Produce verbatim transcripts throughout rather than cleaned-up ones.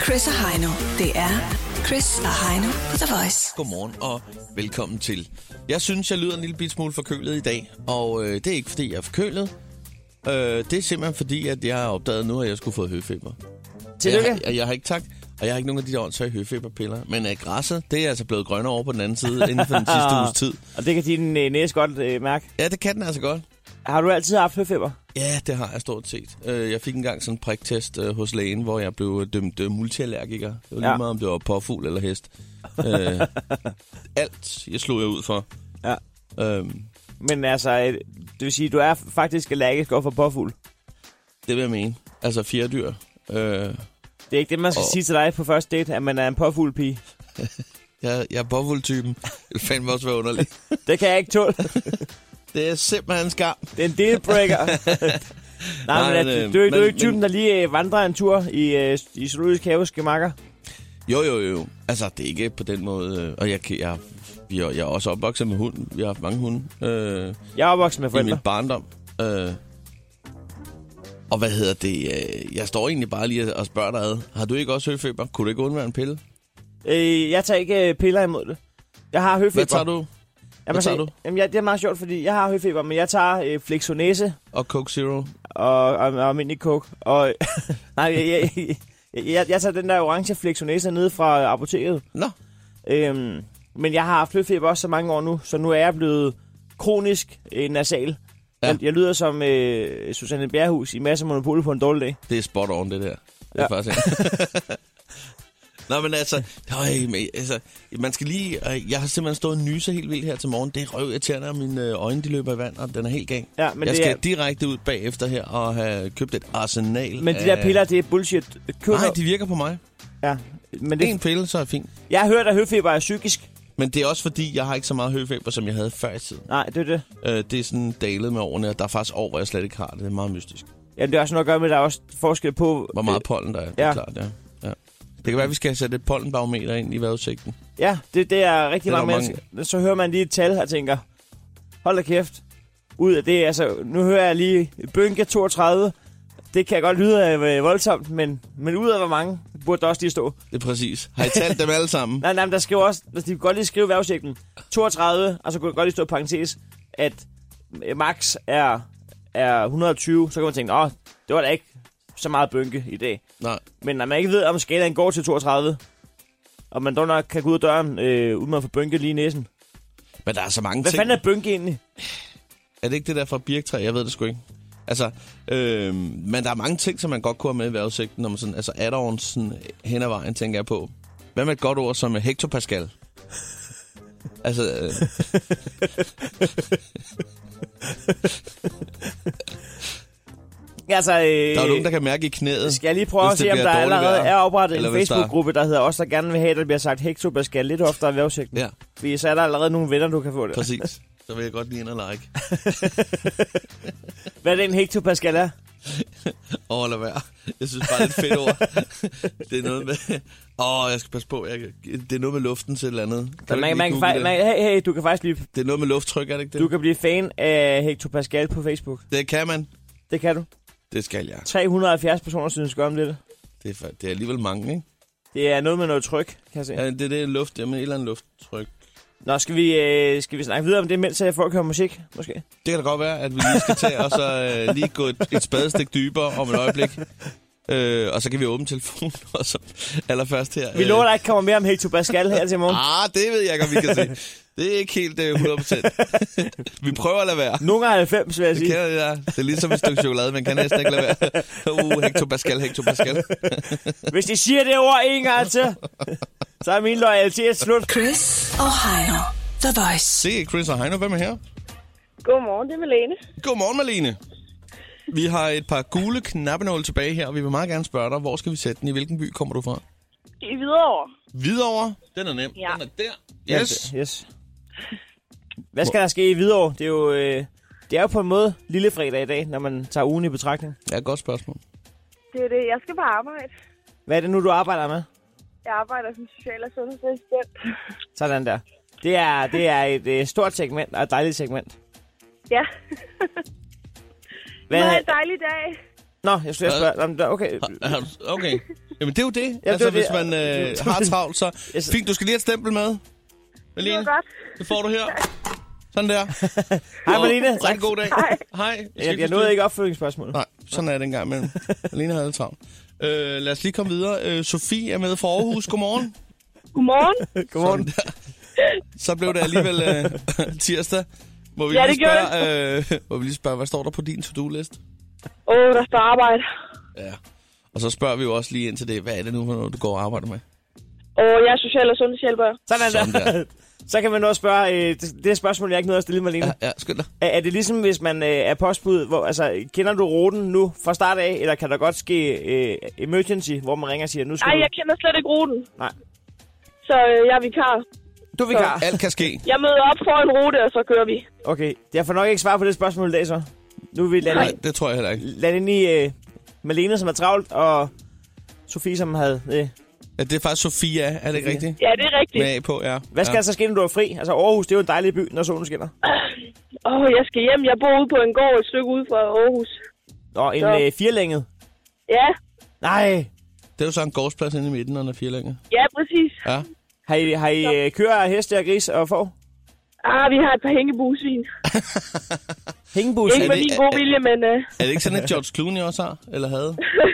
Chris og Heino. Det er Chris og Heino på The Voice. Godmorgen og velkommen til. Jeg synes, jeg lyder en lille bit smule forkølet i dag, og øh, det er ikke, fordi jeg er forkølet. Øh, det er simpelthen fordi, at jeg har opdaget nu, at jeg skulle få høfeber. Tillykke. Jeg, jeg, jeg har ikke tak, og jeg har ikke nogen af de der åndssvage høfeberpiller. Men øh, græsset, det er altså blevet grønnere over på den anden side inden for den sidste uges tid. Og det kan din øh, næse godt øh, mærke. Ja, det kan den altså godt. Har du altid haft høfeber? Ja, det har jeg stort set. Jeg fik engang sådan en priktest hos lægen, hvor jeg blev dømt multiallergiker. Det var lige ja. meget, om det var påfugl eller hest. øh, alt, jeg slog jeg ud for. Ja. Øhm, Men altså, det vil sige, du er faktisk allergisk over for påfugl? Det vil jeg mene. Altså fjerdyr. Øh, det er ikke det, man skal og... sige til dig på første date, at man er en påfuglpige. jeg, jeg er påfugltypen. Det fandme også være underligt. Det kan jeg ikke tåle. Det er simpelthen skam. Det er en dealbreaker. Nej, Nej, men, men du, du, du er ikke typen, der lige vandrer en tur i, i zoologisk haves gemakker? Jo, jo, jo. Altså, det er ikke på den måde. Og jeg, jeg, jeg, jeg er også opvokset med hund. Vi har haft mange hunde. Øh, jeg er opvokset med forældre. I mit barndom. Øh, og hvad hedder det? Jeg står egentlig bare lige og spørger dig ad. Har du ikke også høfeber? Kunne du ikke undvære en pille? Øh, jeg tager ikke piller imod det. Jeg har høfeber. Hvad tager du? Hvad tager du? Jamen, jeg, det er meget sjovt, fordi jeg har høfeber, men jeg tager øh, Flexonase. Og Coke Zero. Og, og, og almindelig Coke. Og, nej, jeg, jeg, jeg, jeg, jeg tager den der orange Flexonase nede fra apoteket. Nå. Øhm, men jeg har haft høfeber også så mange år nu, så nu er jeg blevet kronisk øh, nasal. Ja. Jeg, jeg lyder som øh, Susanne Bjerghus i Mads og Monopolet på en dårlig dag. Det er spot on, det der. Det ja. er faktisk Nå, men altså, øj, men, altså, man skal lige... Jeg har simpelthen stået og nyser helt vildt her til morgen. Det er røvirriterende, og mine øjne de løber i vand, og den er helt gang. Ja, men jeg det skal er... direkte ud bagefter her og have købt et arsenal. Men de der af... piller, det er bullshit. Køb Nej, de virker på mig. Ja. Men det... En pille, så er det fint. Jeg har hørt, at høfeber er psykisk. Men det er også fordi, jeg har ikke så meget høfeber, som jeg havde før i tiden. Nej, det er det. Øh, det er sådan dalet med årene, og der er faktisk år, hvor jeg slet ikke har det. Det er meget mystisk. Ja, det er også noget at gøre med, at der er også forskel på... Hvor meget pollen der er, det er ja. klart, ja. ja. Det kan være, at vi skal sætte et pollenbarometer ind i vejrudsigten. Ja, det, det er rigtig det er mange mennesker. Mange... Så hører man lige et tal og tænker, hold da kæft. Ud af det, altså, nu hører jeg lige Bønke toogtredive. Det kan godt lyde af voldsomt, men, men ud af hvor mange burde der også lige stå. Det er præcis. Har I talt dem alle sammen? nej, nej, men der skriver også, de kan godt lige skrive vejrudsigten. toogtredive, og så kunne godt lige stå i parentes, at max er, er et hundrede og tyve. Så kan man tænke, åh, det var da ikke så meget Bønke i dag. Nej. Men når man ikke ved, om skalaen går til toogtredive, og man dog nok kan gå ud af døren, øh, uden at få Bønke lige i næsen. Men der er så mange Hvad ting. Hvad fanden er Bønke egentlig? Er det ikke det der fra birktræ? Jeg ved det sgu ikke. Altså, øh, men der er mange ting, som man godt kunne have med i vejrudsigten, når man sådan, altså add-ons sådan, hen ad vejen, tænker jeg på. Hvad med et godt ord som hektopascal? altså... Øh... Altså, øh, der er nogen, der kan mærke i knæet. Skal jeg lige prøve at se, om der allerede er oprettet en Facebook-gruppe, der hedder også der gerne vil have, at der bliver sagt hektopascal lidt oftere i vejrudsigten. Ja. Fordi så er der allerede nogle venner, du kan få det. Præcis. Så vil jeg godt lige ind og like. Hvad er det, en hektopascal er? Åh, oh, lad være. Jeg synes bare, det er et fedt ord. Det er noget med... Åh, oh, jeg skal passe på. Jeg... Det er noget med luften til et eller andet. Kan man, man kan fa- man, hey, hey, du kan faktisk blive... Det er noget med lufttryk, er det ikke det? Du kan blive fan af hektopascal på Facebook. Det kan man. Det kan du. Det skal jeg. tre hundrede og halvfjerds personer synes gør om det. Det er, det er alligevel mange, ikke? Det er noget med noget tryk, kan jeg se. Ja, det er det luft. Jamen, et eller andet lufttryk. Nå, skal vi, øh, skal vi snakke videre om det, mens jeg folk hører musik, måske? Det kan da godt være, at vi lige skal tage og så øh, lige gå et, et spadestik dybere om et øjeblik. Øh, og så kan vi åbne telefonen og så allerførst her. Vi lover, der ikke kommer mere om hektopascal her til morgen. Ah, det ved jeg ikke, om vi kan se. Det er ikke helt uh, hundrede procent. Vi prøver at lade være. Nogle gange halvfems, vil jeg sige. Det, det, der. Det er ligesom et stykke chokolade, man kan næsten ikke lade være. Uh, hektopascal, hektopascal. Hvis de siger det ord en gang til, så er min loyalitet slut. Chris og Heino, The Voice. Det er Chris og Heino. Hvem er her? Godmorgen, det er Malene. Godmorgen, Malene. Vi har et par gule knappenåle tilbage her, og vi vil meget gerne spørge dig, hvor skal vi sætte den? I hvilken by kommer du fra? I Hvidovre. Hvidovre? Den er nem. Ja. Den er der. Yes. Ja, yes. Hvad skal der ske i Hvidovre? Det er jo, øh, det er jo på en måde lille fredag i dag, når man tager ugen i betragtning. Ja, godt spørgsmål. Det er det. Jeg skal på arbejde. Hvad er det nu, du arbejder med? Jeg arbejder som social- og sundhedsassistent. Sådan der. Det er, det er et øh, stort segment og et dejligt segment. Ja. Hvad Det var en dejlig dag. Nå, jeg skulle spørge. Jamen, okay. Okay. Jamen, det er jo det. Ja, altså, det hvis det. man øh, har travlt, så... Fint, du skal lige have et stempel med. Malene, Det var godt. det får du her. Sådan der. Hej, Malene. Rigtig god dag. Hej. Hej. Jeg, jeg nåede ikke opfølgningsspørgsmål. Nej, sådan er det engang imellem. Malene havde lidt travlt. Øh, lad os lige komme videre. Øh, Sofie er med fra Aarhus. Godmorgen. Godmorgen. Godmorgen. Så blev det alligevel øh, tirsdag. Må vi, Ja, lige det gjorde spørge, øh, må vi lige spørge, hvad står der på din to-do-list? Åh, oh, der står arbejde. Ja. Og så spørger vi jo også lige ind til det. Hvad er det nu, for noget, du går og arbejder med? Og jeg er social- og sundhedshjælper. Sådan, Sådan der. der. Så kan man også spørge, øh, det, det er spørgsmål, jeg ikke nåede at stille, Malene. Ja, ja, skyld dig. Er, er det ligesom, hvis man øh, er postbud, hvor, altså, kender du ruten nu fra start af, eller kan der godt ske øh, emergency, hvor man ringer og siger, nu skal Nej, du... jeg kender slet ikke ruten. Nej. Så øh, jeg er vikar. Du er vikar. Alt kan ske. Jeg møder op for en rute, og så kører vi. Okay, jeg får nok ikke svar på det spørgsmål i dag, så. Nu er vi landet, Nej, det tror jeg heller ikke. landet ind i øh, Malene, som er travlt, og Sofie, som havde... Øh. Ja, det er faktisk Sofia, er det ikke rigtigt? Ja, det er rigtigt. Med A på, ja. Hvad skal ja. der så ske, når du er fri? Altså, Aarhus, det er jo en dejlig by, når solen skinner. Åh, oh, jeg skal hjem. Jeg bor ude på en gård et stykke ude fra Aarhus. Nå, en Så. øh, firlænget. Ja, Nej. Det er jo så en gårdsplads inde i midten, når den er firlænget. ja, præcis. Ja. Har I, har I øh, kører, heste og gris og får? Ah, vi har et par hængebusvin. Hængebus. Ikke Er med det- min er- gode er- vilje, men... Uh... Er det ikke sådan, at George Clooney også har? Eller havde?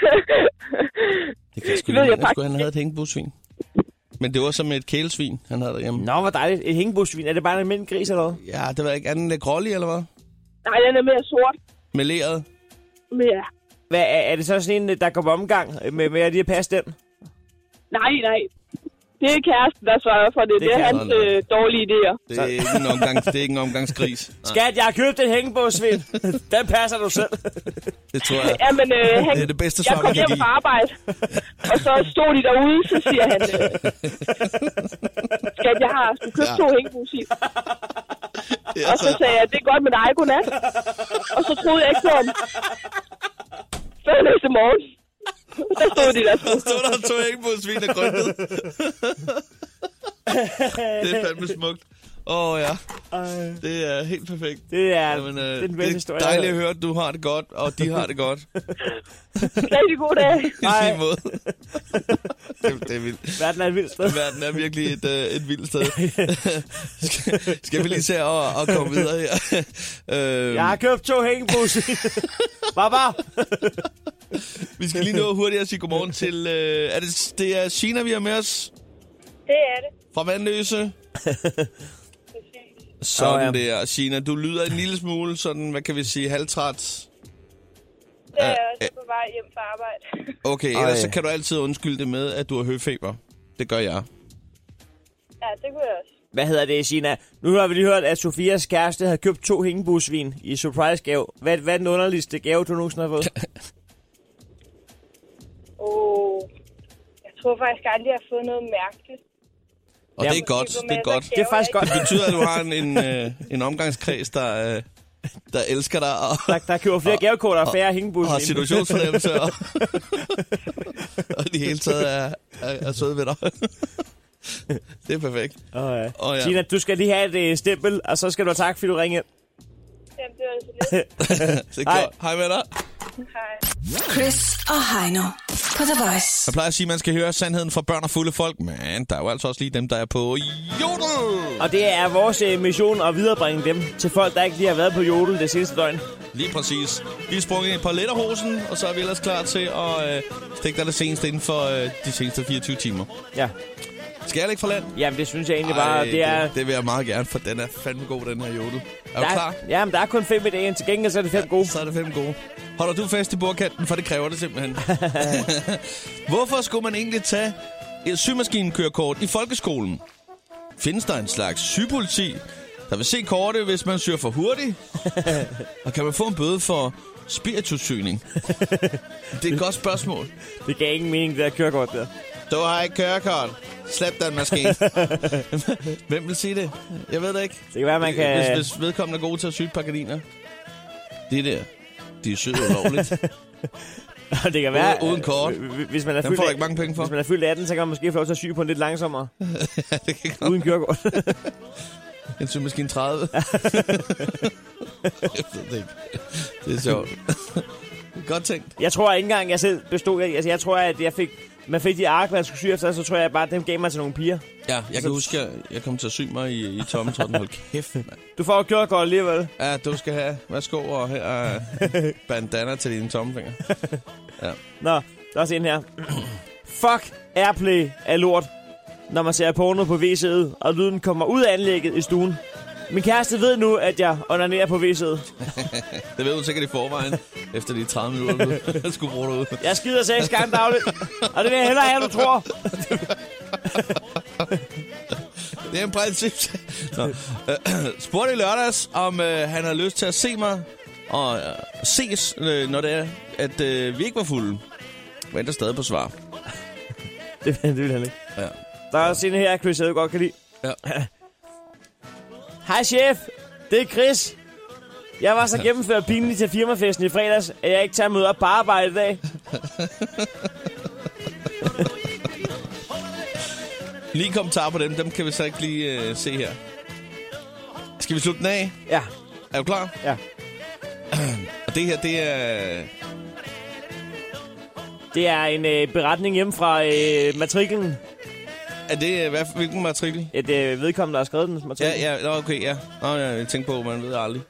Det kan jeg sgu Det ved ikke. jeg Jeg skulle, han faktisk havde et hængebusvin. Men det var som et kælesvin, han havde derhjemme. Nå, hvor dejligt. Et hængebusvin. Er det bare en almindelig gris eller hvad? Ja, det var ikke anden lidt grålig, eller hvad? Nej, den er mere sort. Meleret. Men ja. Hvad, er, er det så sådan en, der går på omgang med, med at lige at passe den? Nej, nej. Det er kæresten, der svarer for det. Det Det, er det er hans kæresten, øh, dårlige idéer. Det er ikke en, omgang, det er ikke en omgangsgris. Nej, Skat, jeg har købt et hængebusvin. Den passer du selv. det tror jeg. Ja, men øh, han, Det er det bedste jeg svar, kom man kan hjem give. fra arbejde, og så stod de derude, så siger han, øh, skat, jeg har sgu købt Ja. to hængebusvin. Ja, Og så sagde jeg, det er godt med dig, godnat. Og så troede jeg ikke på ham. Før næste morgen. Der stod de der. Der stod der to æg på svin og grøntet. Det er fandme smukt. Åh oh, ja, det er helt perfekt. Det er, Jamen, øh, det er den bedste det er historie. jeg har dejligt at hørt. høre, at du har det godt, og de har det godt. Rigtig god dag. I Hej. lige måde. det, det er vildt. Verden er et vildt sted. Verden er virkelig et, øh, et vildt sted. skal, skal vi lige se og, og komme videre her? øhm, Jeg har købt to hængebusvin. Baba. Vi skal lige nå hurtigt at sige godmorgen til... Øh, er det, det er Sina, vi har med os Det er det. fra Vandløse. Sådan Åh, ja. der. Sina, du lyder en lille smule sådan, hvad kan vi sige, halvtræt. Det er Ja, også på vej hjem fra arbejde. Okay, Ej. ellers så kan du altid undskylde det med, at du har høfeber. Det gør jeg. Ja, det kunne jeg også. Hvad hedder det, Sina? Nu har vi lige hørt, at Sofias kæreste havde købt to hængebusvin i surprise-gave. Hvad, hvad er den underligste gave, du nogensinde har fået? Åh, oh, jeg tror faktisk aldrig, jeg har fået noget mærkeligt. Og det er godt, det er godt. Det er faktisk godt. Det betyder, at du har en, en, øh, en omgangskreds, der, øh, der elsker dig og, Der, der køber flere gavekort og færre og hængebusvin. har situationsfornemmelse og, og i det hele taget er, er, er søde ved dig. Det er perfekt. Oh, ja. Åh, ja. Sina, du skal lige have et uh, stempel, og så skal du have tak, fordi du ringede ind. Jamen, det var så lidt. Det er Hej. godt. Hej med dig. Hej. Chris og Heino på The Voice. Jeg plejer at sige, at man skal høre sandheden fra børn og fulde folk, men der er jo altså også lige dem, der er på Jodel. Og det er vores uh, mission at viderebringe dem til folk, der ikke lige har været på Jodel det seneste døgn. Lige præcis. Vi er sprunget i et par letterhosen, og så er vi ellers klar til at øh, stikke dig det seneste inden for øh, de seneste fireogtyve timer. Ja. Skal jeg lægge fra land? Jamen, det synes jeg egentlig bare, Ej, det er... det, det vil jeg meget gerne, for den er fandme god, den her Jodel. Er du der klar? er, jamen, der er kun fem i dagen. Til gengæld så er det fem gode. Så er det fem gode. Holder du fast i bordkanten, for det kræver det simpelthen. Hvorfor skulle man egentlig tage et sygemaskinekørekort i folkeskolen? Findes der en slags sygepoliti, der vil se kortet, hvis man syr for hurtigt? Og kan man få en bøde for spiritussygning? Det er et godt spørgsmål. Det gav ingen mening, det der kørekort der. Du har ikke kørekort. Slap den maskine. Hvem vil sige det? Jeg ved det ikke. Det kan være, man kan... Hvis, hvis vedkommende er god til at sy et par gardiner. Det der, de er syet ulovligt. Og det kan være... Uden kort. øh, Hvis man er Dem fyldt får du ikke mange penge for. Hvis man er fyldt atten, så kan man måske få lov til at sy på en lidt langsommere. Det kan godt. Uden kørekort. En symaskine tredive. Jeg ved det ikke. Det er sjovt. Godt tænkt. Jeg tror ikke engang, jeg selv bestod. Altså, jeg tror, at jeg fik... Man fik de ark, man skulle sy efter, så tror jeg bare, at dem gav mig til nogle piger. Ja, jeg kan huske, at jeg kom til at sy mig i, i tommeltotten. Hold kæft, mand. Du får gjort godt alligevel. Ja, du skal have. Værsgo, og her er bandana til dine tommelfinger. Ja. Nå, der er også en her. Fuck Airplay er lort, når man ser porno på W C'et, og lyden kommer ud af anlægget i stuen. Min kæreste ved nu, at jeg onanerer på W C'et. Det ved du sikkert i forvejen, efter de tredive minutter, du skulle bruge det ud. Jeg skider seks gange dagligt, og det vil jeg hellere have, du tror. Det er en princip. Spurgte i lørdags, om øh, han havde lyst til at se mig og øh, ses, øh, når det er, at øh, vi ikke var fulde. Jeg venter stadig på svar. Det, det vil han ikke. Ja. Der er også en her, Chris, jeg godt kan lide. Ja. Hej chef, det er Chris. Jeg var så gennemført pinligt til firmafesten i fredags, at jeg ikke tager møde op på arbejde i dag. Lige kommentar på dem, dem kan vi så ikke lige øh, se her. Skal vi slutte den af? Ja. Er du klar? Ja. Og det her, det er... Det er en øh, beretning hjemme fra øh, matriklen. Er det, hvad, hvilken matrikel? Et øh, vedkommende, der har skrevet den matrikel. Ja, ja, okay, ja. Nå, jeg tænker på, man ved aldrig.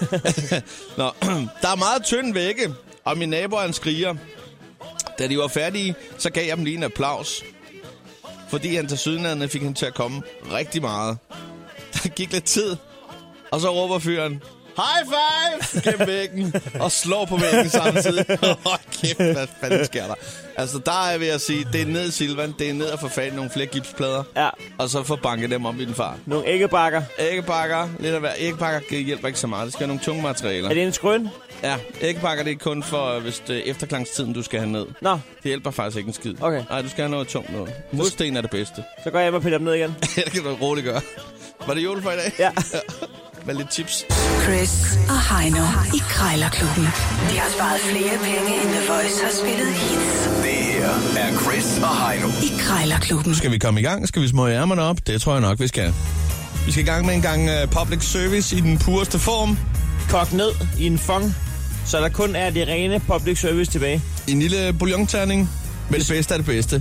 Nå, der er meget tynd vægge, og min nabo er en skriger. Da de var færdige, så gav jeg dem lige en applaus. Fordi han til sydenlandene fik hende til at komme rigtig meget. Der gik lidt tid, og så råber fyren, high five! Gennem væggen, og slår på væggen samtidig. Hold kæft, hvad fanden sker der? Altså, der er jeg ved at sige, det er ned i Silvan, det er ned at få fat i nogle flere gipsplader. Ja. Og så få banket dem op i den far. Nogle æggebakker. Æggebakker, lidt af hver. Æggebakker hjælper ikke så meget, det skal have nogle tunge materialer. Er det en skrøn? Ja, æggebakker det er kun for, hvis det er efterklangstiden, du skal have ned. Nå. Det hjælper faktisk ikke en skid. Okay. Nej, du skal have noget tungt noget. Mursten er det bedste. Så går jeg hjem og piller dem ned igen. Det kan du roligt gøre. Var det jul for i dag? Ja. Med lidt tips. Chris og Heino i Krejlerklubben. De har sparet flere penge, end The Voice har spillet hits. Det her er Chris og Heino i Krejlerklubben. Skal vi komme i gang? Skal vi smøge ærmerne op? Det tror jeg nok, vi skal. Vi skal i gang med en gang uh, public service i den pureste form. Kok ned i en fong, så der kun er det rene public service tilbage. En lille bouillonterning med det bedste af det bedste.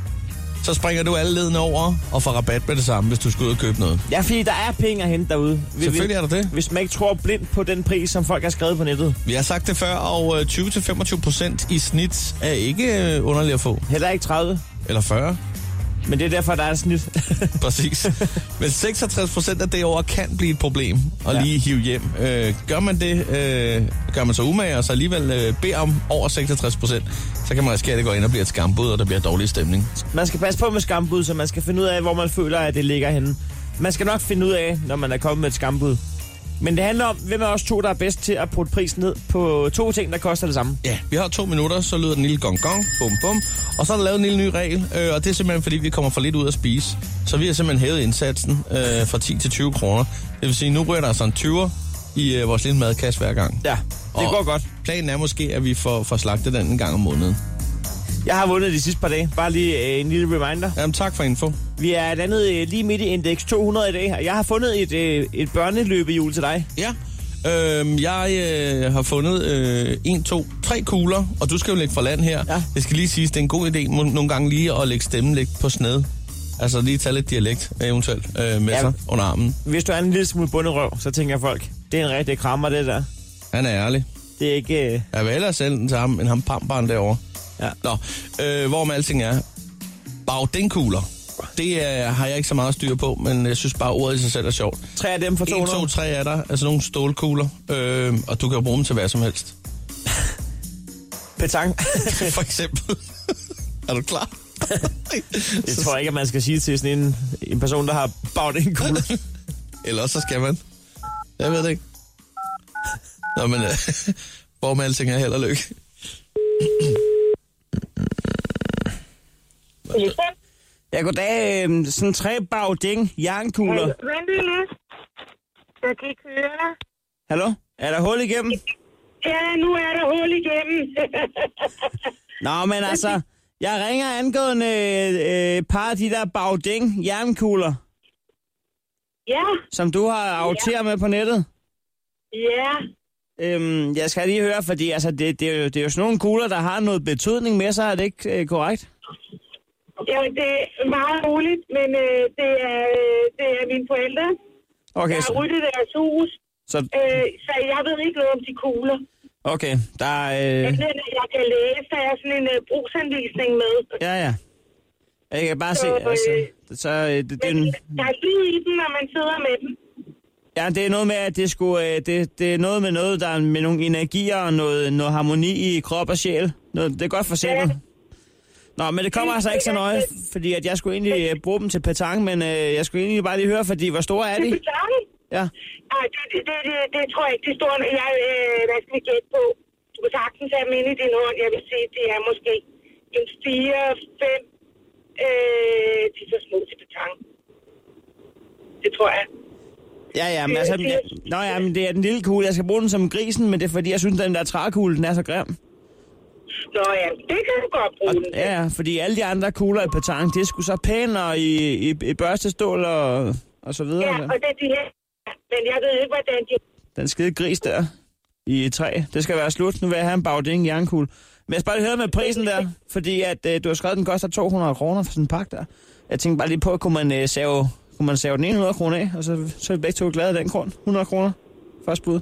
Så springer du alle ledene over og får rabat med det samme, hvis du skal ud og købe noget. Ja, fordi der er penge at hente derude. Selvfølgelig er der det. Hvis man ikke tror blindt på den pris, som folk har skrevet på nettet. Vi har sagt det før, og tyve til femogtyve procent i snit er ikke underligt at få. Heller ikke tredive. Eller fyrre. Men det er derfor, der er et snit. Præcis. Men seksogtres procent af det over kan blive et problem at ja. lige hive hjem. Øh, gør man det, øh, gør man så umage, og så alligevel øh, beder om over seksogtres procent, så kan man risikere, at det går ind og bliver et skambud, og der bliver dårlig stemning. Man skal passe på med skambud, så man skal finde ud af, hvor man føler, at det ligger henne. Man skal nok finde ud af, når man er kommet med et skambud. Men det handler om, hvem er os to, der er bedst til at putte prisen ned på to ting, der koster det samme. Ja, vi har to minutter, så lyder den lille gong gong, bum bum. Og så er der lavet en lille ny regel, øh, og det er simpelthen, fordi vi kommer for lidt ud at spise. Så vi har simpelthen hævet indsatsen øh, fra ti til tyve kroner. Det vil sige, nu ryger der sådan tyver i øh, vores lille madkasse hver gang. Ja, det og går godt. Planen er måske, at vi får, får slagtet den en gang om måneden. Jeg har vundet de sidste par dage. Bare lige øh, en lille reminder. Jamen, tak for info. Vi er landet øh, lige midt i indeks to hundrede i dag, og jeg har fundet et, øh, et børneløbehjul til dig. Ja, øh, jeg øh, har fundet øh, en, to, tre kugler, og du skal jo lægge fra land her. Ja. Det skal lige siges, det er en god idé nogle gange lige at lægge stemmen lidt på sned. Altså lige tage lidt dialekt eventuelt øh, med ja. sig under armen. Hvis du er en lille smule bunderøv, så tænker folk, det er en rigtig krammer, det der. Han er ærlig. Det er ikke... Øh... Jeg vil ellers sælge den til ham, end ham pamperen derovre. Ja. Nå, øh, hvor med alting er. Bagdænkugler. Det er, har jeg ikke så meget styr på, men jeg synes bare, ordet i sig selv er sjovt. Tre af dem for to hundrede? En, to, tre er der. Altså nogle stålkugler. Øh, og du kan bruge dem til hvad som helst. Petang. For eksempel. Er du klar? Jeg tror ikke, at man skal sige til sådan en, en person, der har bagdænkugler. Eller så skal man. Jeg ved det ikke. Nå, men øh, hvor med alting er held og lykke. Ja, goddag. Sådan tre bagdæng jernkugler. Vent lidt. Jeg kan ikke høre dig. Hallo? Er der hul igennem? Ja, nu er der hul igennem. Nå, men altså, jeg ringer angående øh, et par af de der bagdæng jernkugler. Ja. Som du har afteret ja. med på nettet. Ja. Øhm, jeg skal lige høre, fordi altså, det, det, er jo, det er jo sådan nogle kugler, der har noget betydning med sig. Er det ikke øh, korrekt? Ja, det er meget roligt, men øh, det, er, øh, det er mine forældre. Okay, jeg så... har ryddet deres hus, Så... øh, så jeg ved ikke noget om de kugler. Okay, der er... Øh... Jeg, jeg kan læse, der er sådan en uh, brugsanvisning med. Ja, ja. Jeg kan bare så, se, altså... Øh, så, øh, det, det, men, der er lyd i dem, når man sidder med dem. Ja, det er noget med, at det, skulle, øh, det, det er noget med noget, der er med nogle energier og noget, noget harmoni i krop og sjæl. Noget, det er godt for sættet. Ja. Nå, men det kommer altså ikke så nøje, fordi at jeg skulle egentlig uh, bruge dem til petanque, men uh, jeg skulle egentlig bare lige høre, fordi hvor store er de? Til petanque? Ja. Nej, det, det, det, det, det tror jeg ikke, de store. Jeg, øh, hvad skal vi gætte på? Du kan sagtens have dem inde i din hånd. Jeg vil sige, det er måske en fire, fem, øh, de er så små til petanque. Det tror jeg. Ja, ja, men altså, ja, nå ja, men det er den lille kugle. Jeg skal bruge den som grisen, men det er fordi, jeg synes, at den der trækugle, den er så grim. Nå ja, det kan du godt bruge og, den til. Ja, fordi alle de andre kugler i petanque, det er sgu så pænere i, i, i børstestål og, og så videre. Ja, og det er de her. Men jeg ved ikke, hvordan de... Den skide gris der i træ. Det skal være slut. Nu vil jeg have en bagding jernkugle. Men jeg skal bare høre med prisen der, fordi at øh, du har skrevet, at den koster to hundrede kroner for sådan en pakke der. Jeg tænkte bare lige på, kunne man øh, save... Kunne man save den hundrede kroner af, og så, så er vi begge to glade af den grund. hundrede kroner. Først bud.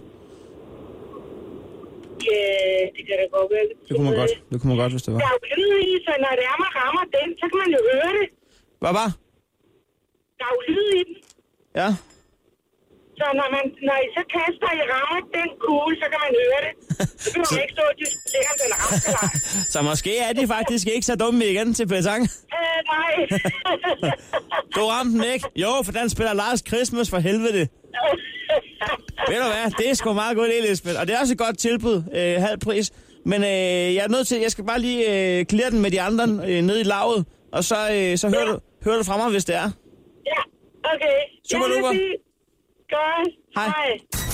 Ja, det kan da godt være. Det kunne man godt, det kunne man godt, hvis det var. Der er jo lyd i, så når det er, man rammer den, så kan man jo høre det. Hvad var? Der er jo lyd i den. Ja. Så når, man, når I så kaster, I rammer den kugle, så kan man høre det. Så kan man ikke stå og diskutere, om den er ramt eller ej. Så måske er de faktisk ikke så dumme igen til petanque. Øh, nej. Du ramte den ikke? Jo, for den spiller Lars Christmas for helvede. Ved du hvad? Det er sgu meget godt, Elisabeth. Og det er også et godt tilbud. Øh, halv pris. Men øh, jeg er nødt til, jeg skal bare lige øh, clear den med de andre øh, nede i lavet. Og så, øh, så hører, ja. du, hører du fra mig, hvis det er. Ja, okay. Super duper. Godt. Hej. Hej.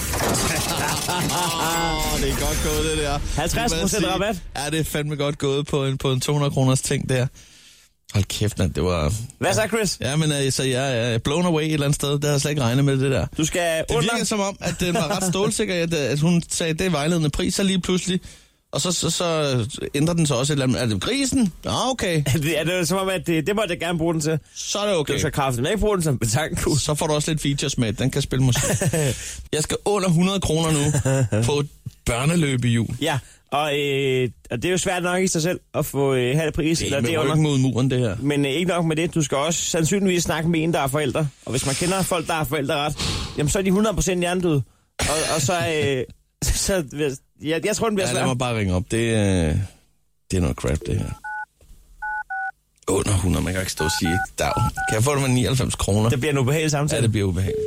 oh, det er godt gået, det der. halvtreds procent rabat. Ja, det er fandme godt gået på en, på en to hundrede kroners ting der. Hold kæft, man, det var... Hvad så, Chris? Ja, men altså, jeg er blown away et eller andet sted. Det havde jeg slet ikke regnet med, det der. Du skal det virker som om, at den var ret stålsikker, at, at hun sagde, det er vejledende pris, så lige pludselig... Og så, så, så ændrer den så også et eller andet. Er det grisen? Ja, okay. det er det som om, at det, det må jeg gerne bruge den til. Så er det okay. Du skal kraftigt ikke bruge den som betankugle. Så får du også lidt features med. Den kan spille musik. Jeg skal under hundrede kroner nu på et børneløbehjul. Ja, og, øh, og det er jo svært nok i sig selv at få øh, halv pris. Det er eller med det ryggen under. Mod muren, det her. Men øh, ikke nok med det. Du skal også sandsynligvis snakke med en, der er forældre. Og hvis man kender folk, der er forældreret, jamen så er de hundrede procent hjernedøde. Og, og så... Øh, så jeg, jeg tror, den bliver ja, svært. lad mig bare ringe op. Det, øh, det er noget crap, det her. Under hundrede, man kan ikke stå og sige dag. Kan jeg få det med nioghalvfems kroner? Det bliver en ubehagelig samtale. Ja, det bliver ubehageligt.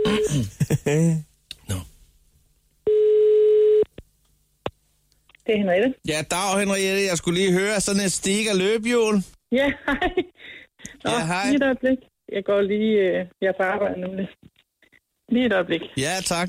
Nå. Det er Henriette. Ja, dag Henriette. Jeg skulle lige høre sådan en stik af løbehjul. Ja, hej. Nå, ja, hej. Lige et øjeblik. Jeg går lige... Øh, jeg er på arbejde nemlig. Lige et øjeblik. Ja, tak.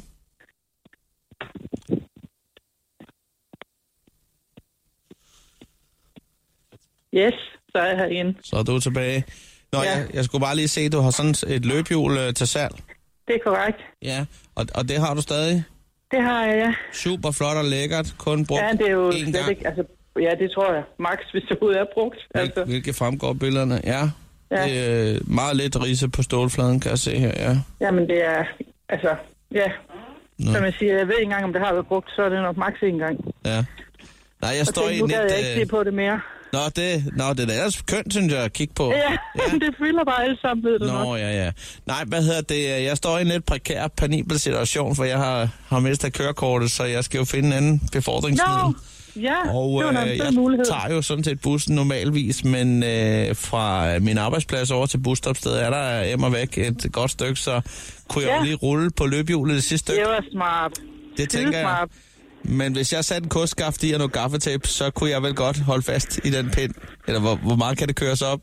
Yes, så er jeg her igen. Så er du tilbage. Nå, ja. jeg, jeg skulle bare lige se, at du har sådan et løbehjul øh, til salg. Det er korrekt. Ja, og, og det har du stadig? Det har jeg, ja. Super flot og lækkert. Kun brugt ja, det er jo én slet gang. ikke, altså, ja, det tror jeg. Max, hvis det overhovedet er brugt. Hvil, altså. Hvilke fremgår billederne? Ja. ja. Det er øh, meget lidt ridse på stålfladen, kan jeg se her, ja. Jamen, det er, altså, ja. Nå. Som jeg siger, jeg ved ikke engang, om det har været brugt, så er det nok Max en gang. Ja. Nej, jeg og står tænk, i nu net... Nu jeg ikke se på det mere. Nå, det, nå, det er da ellers kønt, synes jeg, at kigge på. Ja, ja. Det fylder bare alle sammen, ved du Nå, nok. ja, ja. Nej, hvad hedder det? Jeg står i en lidt prekær, penibel situation, for jeg har, har mistet kørekortet, så jeg skal jo finde en anden befordringsmiddel. Nå, ja, og, det var øh, en jeg mulighed. tager jo sådan set bussen normalvis, men øh, fra min arbejdsplads over til busstopstedet er der emmer væk et godt stykke, så kunne jeg ja. jo lige rulle på løbehjulet det sidste stykke. Det var smart. Det tænker jeg. Smart. Men hvis jeg satte en kostskaft i og noget gaffatape, så kunne jeg vel godt holde fast i den pind. Eller hvor, hvor meget kan det køres op?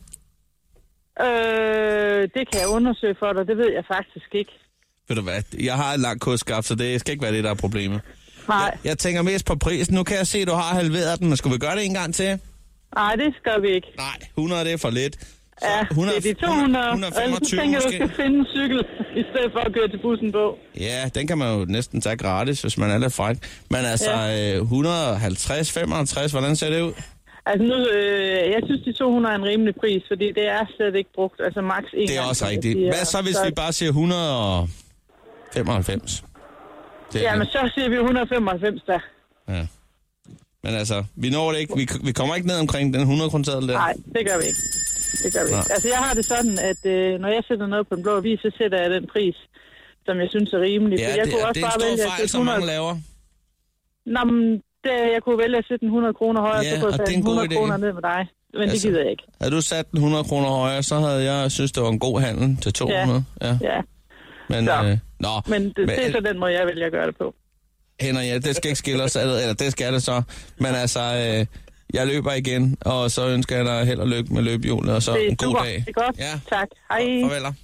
Øh, det kan jeg undersøge for dig. Det ved jeg faktisk ikke. Ved du hvad? Jeg har en lang kostskaft, så det skal ikke være det, der er problemet. Nej. Jeg, jeg tænker mest på prisen. Nu kan jeg se, at du har halveret den, men skulle vi gøre det en gang til? Nej, det skal vi ikke. Nej, hundrede det er for lidt. Ja, hundrede, det er de to hundrede. hundrede og femogtyve og så tænker måske. du skal finde en cykel, i stedet for at køre til bussen på. Ja, den kan man jo næsten tage gratis, hvis man er lidt fræk. Men altså, ja. øh, et hundrede og halvtreds, femoghalvtreds, hvordan ser det ud? Altså nu, øh, jeg synes, de to hundrede er en rimelig pris, fordi det er slet ikke brugt. Altså maks en Det er gang, også rigtigt. siger, Hvad så, hvis så, vi bare siger et hundrede og femoghalvfems? Det er ja, men så siger vi et hundrede og femoghalvfems der. Ja. Men altså, vi når det ikke. Vi, vi kommer ikke ned omkring den hundrede kroner der. Nej, det gør vi ikke. Det gør vi Nej. ikke. Altså jeg har det sådan, at øh, når jeg sætter noget på den blå avis, så sætter jeg den pris, som jeg synes er rimelig. Ja, For jeg det, kunne er, også det er en bare stor vælge at fejl, sætte som mange hundrede... laver. Nå, men det, jeg kunne vælge at sætte den hundrede kroner højere, Ja, så kunne og jeg det er sætte en god hundrede idé. kroner ned med dig. Men Altså, det gider jeg ikke. Havde du sat den hundrede kroner højere, så havde jeg synes det var en god handel til to hundrede. Ja. Ja, Men, Så. øh, nå, men det, det er så den måde, jeg vælger at gøre det på. Henrik, ja, det skal ikke skille os ad, eller det skal det så. Men altså, øh, jeg løber igen, og så ønsker jeg dig held og lykke med løbehjulet, og så Det er en god super. dag. Det er godt. Ja. Tak. Hej. Farveler.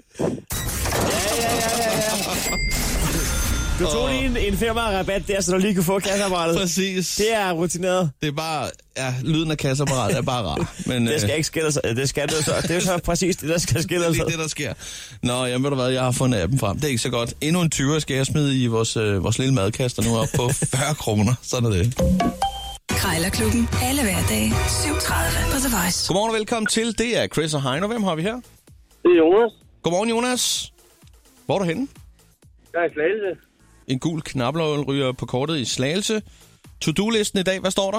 Du tog lige en, en firma-rabat der, så du lige kunne få kasseapparatet. Præcis. Det er rutineret. Det er bare, ja, lyden af kasseapparatet er bare rar. Men, Det skal øh, ikke skille sig. Det skal det så. Det er jo så præcis det, der skal skille det sig. er det, der sker. Nå, jeg ved du hvad, jeg har fundet appen frem. Det er ikke så godt. Endnu en tyver skal jeg smide i vores, øh, vores lille madkaster nu op på fyrre kroner. Sådan er det. Krejlerklubben. Alle hverdage. syv tredive på The Voice. Godmorgen og velkommen til. Det er Chris og Heino. Hvem har vi her? Det er Jonas. Godmorgen, Jonas. Hvor er du henne? Jeg er i Slagelse. En gul knaplerøl ryger på kortet i Slagelse. To-do-listen i dag, hvad står der?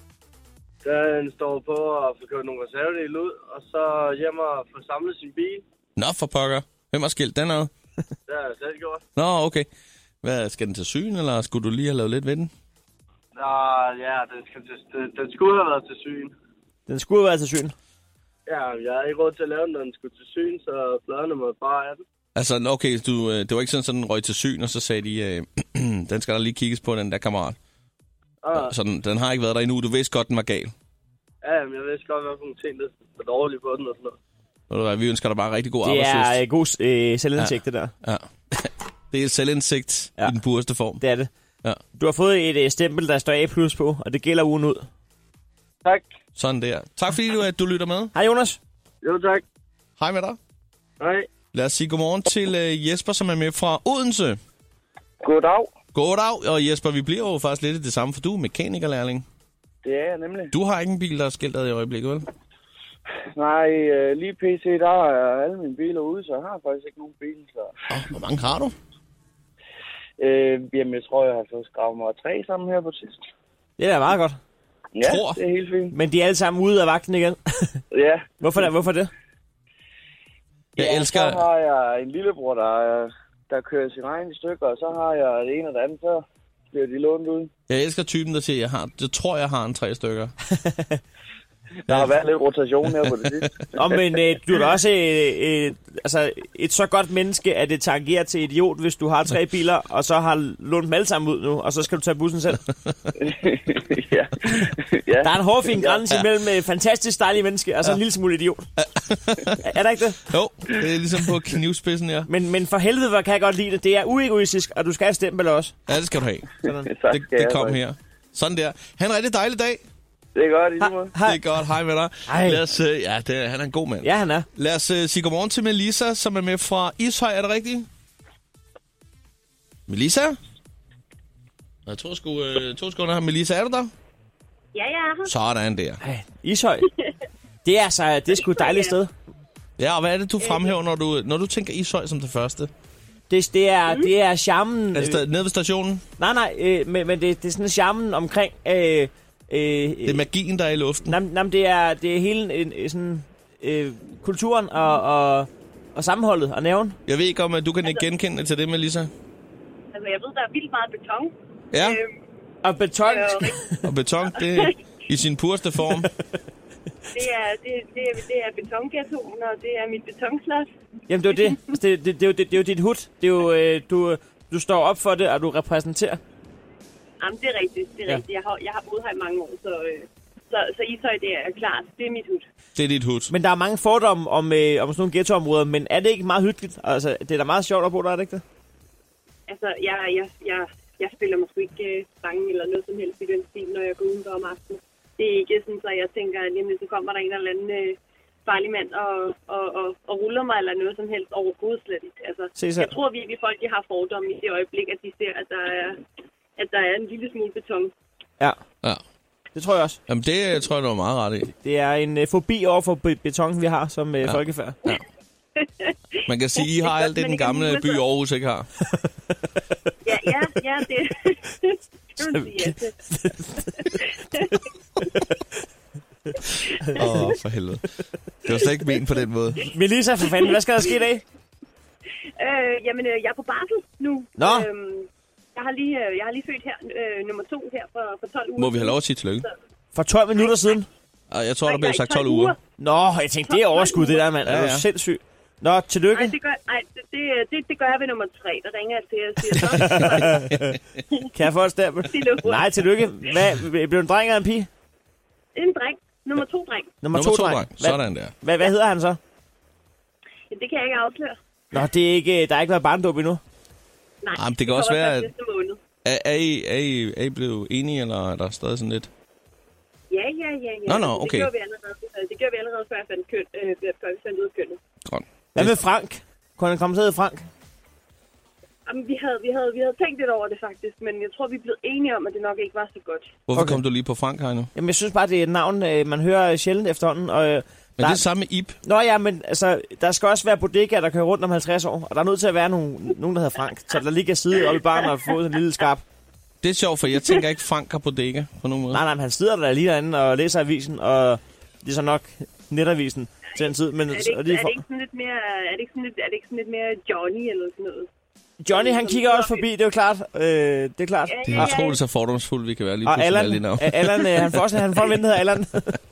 Den står på at få kørt nogle reservedele ud, og så hjem og få samlet sin bil. Nå, for pokker. Hvem har skilt den ad? Det har jeg selv gjort. Nå, okay. Hvad, skal den til syn, eller skulle du lige have lavet lidt ved den? Nå, ja, den, skal til, den, den skulle have været til syn. Den skulle være til syn. Ja, jeg har ikke råd til at lave den, når den skulle til syn, så pladerne må bare af den. Altså, okay, du, øh, det var ikke sådan, at den røg til syn, og så sagde de, øh, den skal der lige kigges på, den der kammerat. Ah, Så den, den har ikke været der endnu. Du vidste godt, den var gal. ja, men jeg vidste godt, hvad for nogle ting, der var dårlige på den og sådan noget. Ved du hvad, vi ønsker dig bare rigtig god Det er arbejdslyst. øh, god øh, selvindsigt, det der. Ja. Det er et selvindsigt Ja. i den pureste form. Det er det. Ja. Du har fået et øh, stempel, der står A plus på, og det gælder ugen ud. Tak. Sådan der. Tak fordi du, at du lytter med. Hej Jonas. Jo, tak. Hej med dig. Hej. Lad os sige godmorgen til øh, Jesper, som er med fra Odense. Goddag. Goddag. Og Jesper, vi bliver jo faktisk lidt i det samme, for du er mekanikerlærling. Det er jeg nemlig. Du har ikke en bil, der er skiltet i øjeblikket, vel? Nej, øh, lige pt. der er alle mine biler ude, så jeg har faktisk ikke nogen bil, så... Oh, hvor mange har du? Øh, jamen, jeg tror, jeg har fået skravet mig tre sammen her på sidst. Det er da meget godt. Ja, Tror. det er helt fint. Men de er alle sammen ude af vagten igen. Ja. Hvorfor, der, hvorfor det? Jeg ja, elsker... Så har jeg en lillebror, der, der kører sin egen stykker, og så har jeg det ene og det andet, så bliver de lånt ud. Jeg elsker typen, der siger, jeg har... Jeg tror, jeg har en tre stykker. Der har været lidt rotation her på det sidste. Nå, men øh, du er da også øh, øh, altså, et så godt menneske, at det tangerer til idiot, hvis du har tre biler, og så har lånt dem alle sammen ud nu, og så skal du tage bussen selv. ja. ja. Der er en hårfin grænse ja. mellem øh, fantastisk dejlige menneske og så en lille smule idiot. Er der ikke det? Jo, det er ligesom på knivspidsen, ja. Men, men for helvede, hvor kan jeg godt lide det. Det er uegoistisk, og du skal have stempel også. Ja, det skal du have. Sådan. Tak, Det, skal det jeg kom så. her. Sådan der. Han er en rigtig dejlig dag. Det er godt, i lige måde. Hej. Det er godt. Hej med dig. Hej. Lad os, øh, ja, det, er- han er en god mand. Ja, han er. Lad os uh, sige godmorgen til Melissa, som er med fra Ishøj. Er det rigtigt? Melissa? Jeg tror sgu, uh, to sekunder her. Melissa, er du der? Ja, ja. Sådan der. Ej, Ishøj. Det er altså, det er sgu et dejligt sted. Ja, og hvad er det, du fremhæver, når du, når du tænker Ishøj som det første? Det, det er, det er charmen. Er det sta- nede ved stationen? Nej, nej, øh, men, men det, det er sådan charmen omkring... Øh, øh, Det er magien, der er i luften. Nej, nej, det er, det er hele en, en, sådan, øh, kulturen og, og, og sammenholdet og nerven. Jeg ved ikke, om at du kan ikke genkende det til det, Melissa. Altså, jeg ved, der er vildt meget beton. Ja, Øhm, Og beton. det er jo rigtig- og beton, det er i sin pureste form. det er, det, det er, det er betonghettoen, og det er mit betonslot. Jamen, det er jo det. Altså, det, det, det, er jo, det, det er jo dit hud. Det er jo, øh, du, du står op for det, og du repræsenterer. Jamen, det er rigtigt. Det er Ja. rigtigt. Jeg har, jeg har boet her i mange år, så, øh, så, så Ishøj, det er klart. Det er mit hud. Det er dit hud. Men der er mange fordomme om, øh, om sådan nogle ghettoområder, men er det ikke meget hyggeligt? Altså, det er da meget sjovt at bo der, er det ikke det? Altså, jeg, jeg, jeg, jeg spiller måske ikke øh, sange eller noget som helst i den stil, når jeg går udenfor om aftenen. Det er ikke sådan, så jeg tænker, at jamen, så kommer der en eller anden øh, farlig mand og, og, og, og ruller mig eller noget som helst overhovedet slet ikke. Altså, jeg tror virkelig, folk de har fordomme i det øjeblik, at de ser, at der er, at der er en lille smule beton. Ja. Ja. Det tror jeg også. Jamen, det tror jeg, du er meget ret i. Det er en uh, fobi over for be- beton, vi har som uh, ja. folkefærd. Ja. Man kan sige, I har alt det, den gamle by Aarhus ikke har. Ja, ja, ja, det det vil sige, ja til. Åh, oh, for helvede. Det var slet ikke ment på den måde. Melissa, for fanden, hvad skal der ske i dag? Øh, jamen, øh, jeg er på barsel nu. Nå. Øhm, jeg, har lige, øh, jeg har lige født her, øh, nummer to her for, for tolv uger. Må vi have lov at sige tillykke? For tolv minutter siden? Ej, jeg tror, der blev sagt tolv uger. Nå, jeg tænkte, det er overskud, det der, mand. Ja, ja. Er du sindssyg? Nå, tillykke. Nej, det gør, ej, det, det, det, det gør jeg ved nummer tre. Der ringer jeg til og siger, så. Kan jeg få et stempel? Nej, tillykke. Hvad, blev du en dreng eller en pige? En dreng. Nummer to dreng. Nummer, nummer to, to dreng. dreng. Sådan der. Hvad, hvad hedder han så? Ja, det kan jeg ikke afsløre. Nå, det er ikke, der er ikke været barndåb endnu? Nej, Jamen, det kan også være, at... Er, er, I, er, I, er I blevet enige, eller er der stadig sådan lidt? Ja, ja, ja. ja. Nå, nå, okay. Det gjorde vi allerede, det gjorde vi allerede før jeg fandt køn, øh, før vi fandt ud af kønnet. Godt. Hvad med Frank? Kunne han komme til at Frank? Jamen, vi havde, vi, havde, vi havde tænkt lidt over det faktisk, men jeg tror, vi er blevet enige om, at det nok ikke var så godt. Hvorfor okay. kom du lige på Frank, Heino? Jamen, jeg synes bare, det er et navn, man hører sjældent efterhånden. Og, men det er det samme med Ib. Nå ja, men altså, der skal også være bodegaer, der kører rundt om halvtreds år. Og der er nødt til at være nogen, nogen der hedder Frank. Så der lige kan sidde oppe i baren og få en lille skarp. Det er sjovt, for jeg tænker ikke, Frank har bodega på nogen måde. Nej, nej, men han sidder der lige derinde og læser avisen, og det er så nok netavisen til en tid. Men er, det ikke, er, det ikke sådan lidt mere, er det ikke sådan lidt, er det ikke sådan lidt mere Johnny eller sådan noget? Johnny, han kigger også forbi, det er jo klart. Øh, det er klart. Det er utroligt så fordomsfuldt, vi kan være lige og pludselig Allan, lige navn. Allan, øh, han får også han får en ven, der hedder Allan.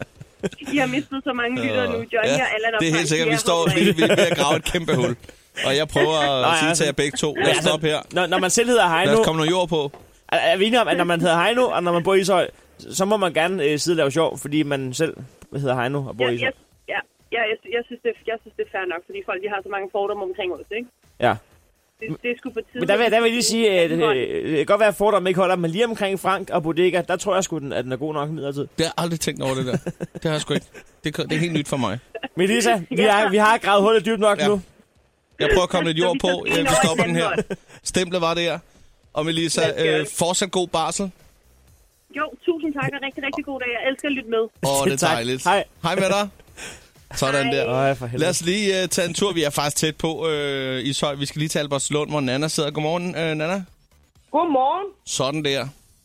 I har mistet så mange lyttere nu, Johnny ja, og Allan og det er helt sikkert, vi står vi, vi er ved at grave et kæmpe hul. Og jeg prøver at Nå, sige altså, til jer begge to, lad os stoppe her. Når, når man selv hedder Heino... Lad os komme noget jord på. Er, er vi enige om, at når man hedder Heino, og når man bor i Ishøj, så må man gerne øh, sidde og lave sjov, fordi man selv hedder Heino og bor ja, i Ishøj? Ja, ja, ja jeg, jeg, synes, det, jeg synes, det er fair nok, fordi folk de har så mange fordomme omkring os, ikke? Ja. Det, det er sgu på tide. Men der vil, der vil jeg lige sige, at øh, det kan godt være, at fordomme ikke holder, men lige omkring Frank og Bodega, der tror jeg sgu, at den er god nok midlertid. Det har jeg aldrig tænkt over det der. Det har jeg sgu ikke. Det, det er helt nyt for mig. Melissa, vi har, vi har gravet hullet dybt nok ja. nu. Jeg prøver at komme lidt jord på. Jeg vil stoppe den her. Stemplet var der. Og Melissa, øh, fortsat god barsel. Jo, tusind tak, og rigtig, rigtig god dag. Jeg elsker at lytte med. Åh, det er dejligt. Hej. Hej med dig. Sådan Hej. der. Øj, lad os lige uh, tage en tur. Vi er faktisk tæt på øh, i Ishøj. Vi skal lige til Albertslund, hvor Nana sidder. Godmorgen, øh, Nana. Godmorgen. Sådan der.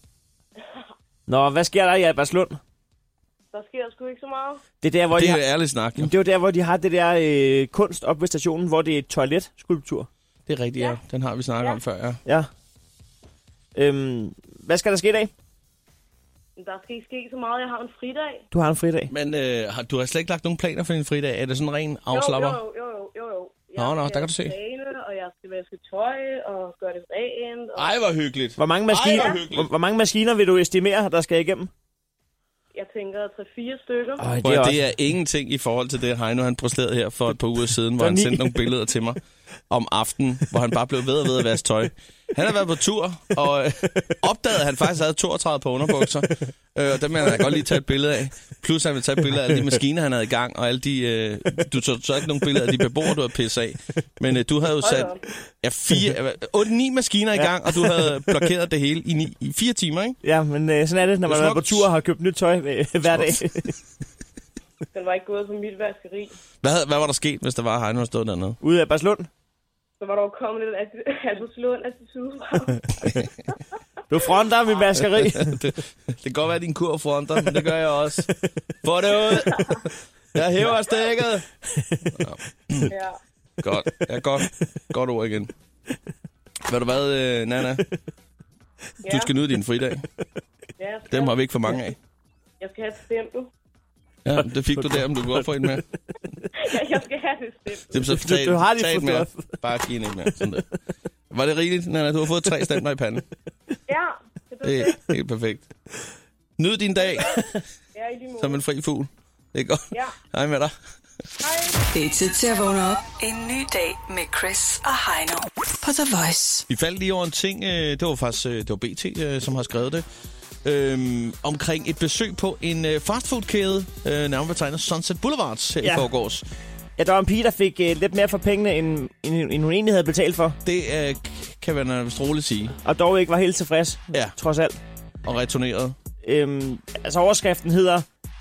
Nå, hvad sker der i Albertslund? Der sker sgu ikke så meget. Det er der, hvor det de er har... ærligt snak. Det er jo der, hvor de har det der øh, kunst op ved stationen, hvor det er et toiletskulptur. Det er rigtigt, ja. ja. Den har vi snakket ja. om før, ja. Ja. Øhm, hvad skal der ske i dag? Der skal ikke ske så meget. Jeg har en fridag. Du har en fridag. Men øh, har, du har slet ikke lagt nogen planer for din fridag? Er det sådan en ren afslapper? Jo, jo, jo, jo, jo. Jeg Nå, nå, der kan du se. Træne, og jeg skal vaske tøj og gøre det rent. Og... Ej, hvor hyggeligt. Hvor mange, maskiner, Ej, hvor, hyggeligt. hvor, hvor mange maskiner vil du estimere, der skal igennem? Jeg tænker tre-fire stykker. Øj, det, er er det er ingenting i forhold til det, Heino han prostelerede her for et par uger siden, hvor han sendte nogle billeder til mig om aftenen, hvor han bare blev ved og ved at vaske tøj. Han har været på tur, og øh, opdagede, at han faktisk havde toogtredive på underbukser. Øh, og dem vil han godt lige tage et billede af. Plus han vil tage et billede af alle de maskiner, han havde i gang, og alle de... Øh, du tog så ikke nogen billeder af de beboere, du havde pisset af. Men øh, du havde jo sat ja, fire, otte ni maskiner i gang, og du havde blokeret det hele i, ni, i fire timer, ikke? Ja, men øh, sådan er det, når man er på tur og har købt nyt tøj øh, hver dag. Den var ikke gået på mit vaskeri. Hvad, havde, hvad var der sket, hvis der var Heino, der stod dernede? Ude af Barslund? Så var der jo kommet lidt Albertslund attitude. Du fronter mit vaskeri. det, det kan godt være, din kur fronter, men det gør jeg også. Få det ud! Jeg hæver stikket! Ja. Ja. Godt. Ja, godt. Godt ord igen. Ved du hvad, øh, Nana? Ja. Du skal nyde din fridag. Ja, dem har vi ikke for mange af. Jeg skal have et stempel. Ja, det fik du der, om du går for en med. Ja, jeg skal have det stempel. Så tag, du, du har det tag med. Bare giv en ikke mere. Sådan der. Var det rigeligt, Nana? Du har fået tre stempler i panden. Ja, det er det er helt perfekt. Nyd din dag. Ja, i lige måde. Som en fri fugl. Det er godt. Ja. Hej med dig. Hej. Det er tid til at vågne op. En ny dag med Chris og Heino på The Voice. Vi faldt lige over en ting. Det var faktisk det var B T, som har skrevet det. øhm, omkring et besøg på en øh, fastfoodkæde, øh, nærmere betegnet Sunset Boulevards her Ja. i forgårs. Ja, der var en pige, der fik øh, lidt mere for pengene, end, end, end hun egentlig havde betalt for. Det øh, kan man vist roligt sige. Og dog ikke var helt tilfreds, Ja. trods alt. Og returneret. Øhm, altså overskriften hedder...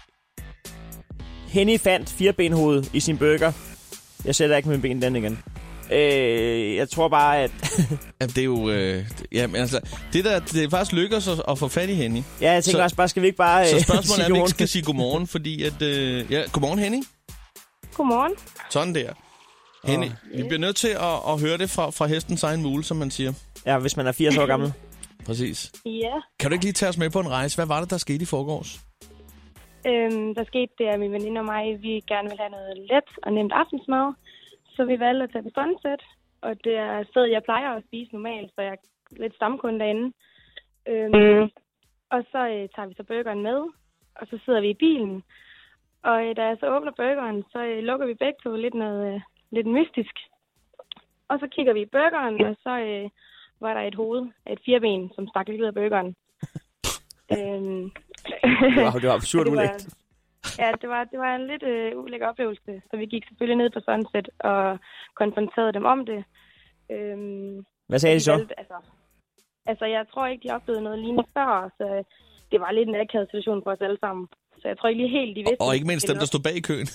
Henny fandt firebenhoved i sin burger. Jeg sætter ikke min ben den igen. Øh, jeg tror bare, at... Ja, det er jo... Øh, jamen, altså, det, der, det er faktisk lykkedes at, at få fat i Henny. Ja, jeg tænker så, også bare, skal vi ikke bare... Øh, så spørgsmålet er, at vi ikke skal sige godmorgen, fordi at... Øh, ja, godmorgen, Henny. Godmorgen. Sådan der. Henny, vi bliver nødt til at, at høre det fra, fra hestens egen mule, som man siger. Ja, hvis man er firs år gammel. Præcis. Ja. Kan du ikke lige tage os med på en rejse? Hvad var det, der skete i forgårs? Øhm, der skete det, at min veninde og mig, vi gerne vil have noget let og nemt aftensmad. Så vi valgte at tage på Sunset. Og det er et sted, jeg plejer at spise normalt, så jeg er lidt stamkunde derinde. Øhm, mm. Og så øh, tager vi så burgeren med, og så sidder vi i bilen. Og øh, da jeg så åbner burgeren, så øh, lukker vi begge to lidt noget øh, lidt mystisk. Og så kigger vi i burgeren, og så øh, var der et hoved af et fireben, som stak lidt ud af burgeren. øhm, Wow, det var absurd ulækkert. Ja, det var, det var en lidt øh, ulækker oplevelse. Så vi gik selvfølgelig ned på Sunset og konfronterede dem om det. Øhm, Hvad sagde de så? Valgte, altså, altså, jeg tror ikke, de oplevede noget lignende før, så det var lidt en akavet situation for os alle sammen. Så jeg tror ikke lige helt, de vidste... Og, og ikke mindst dem, der stod bag i køen.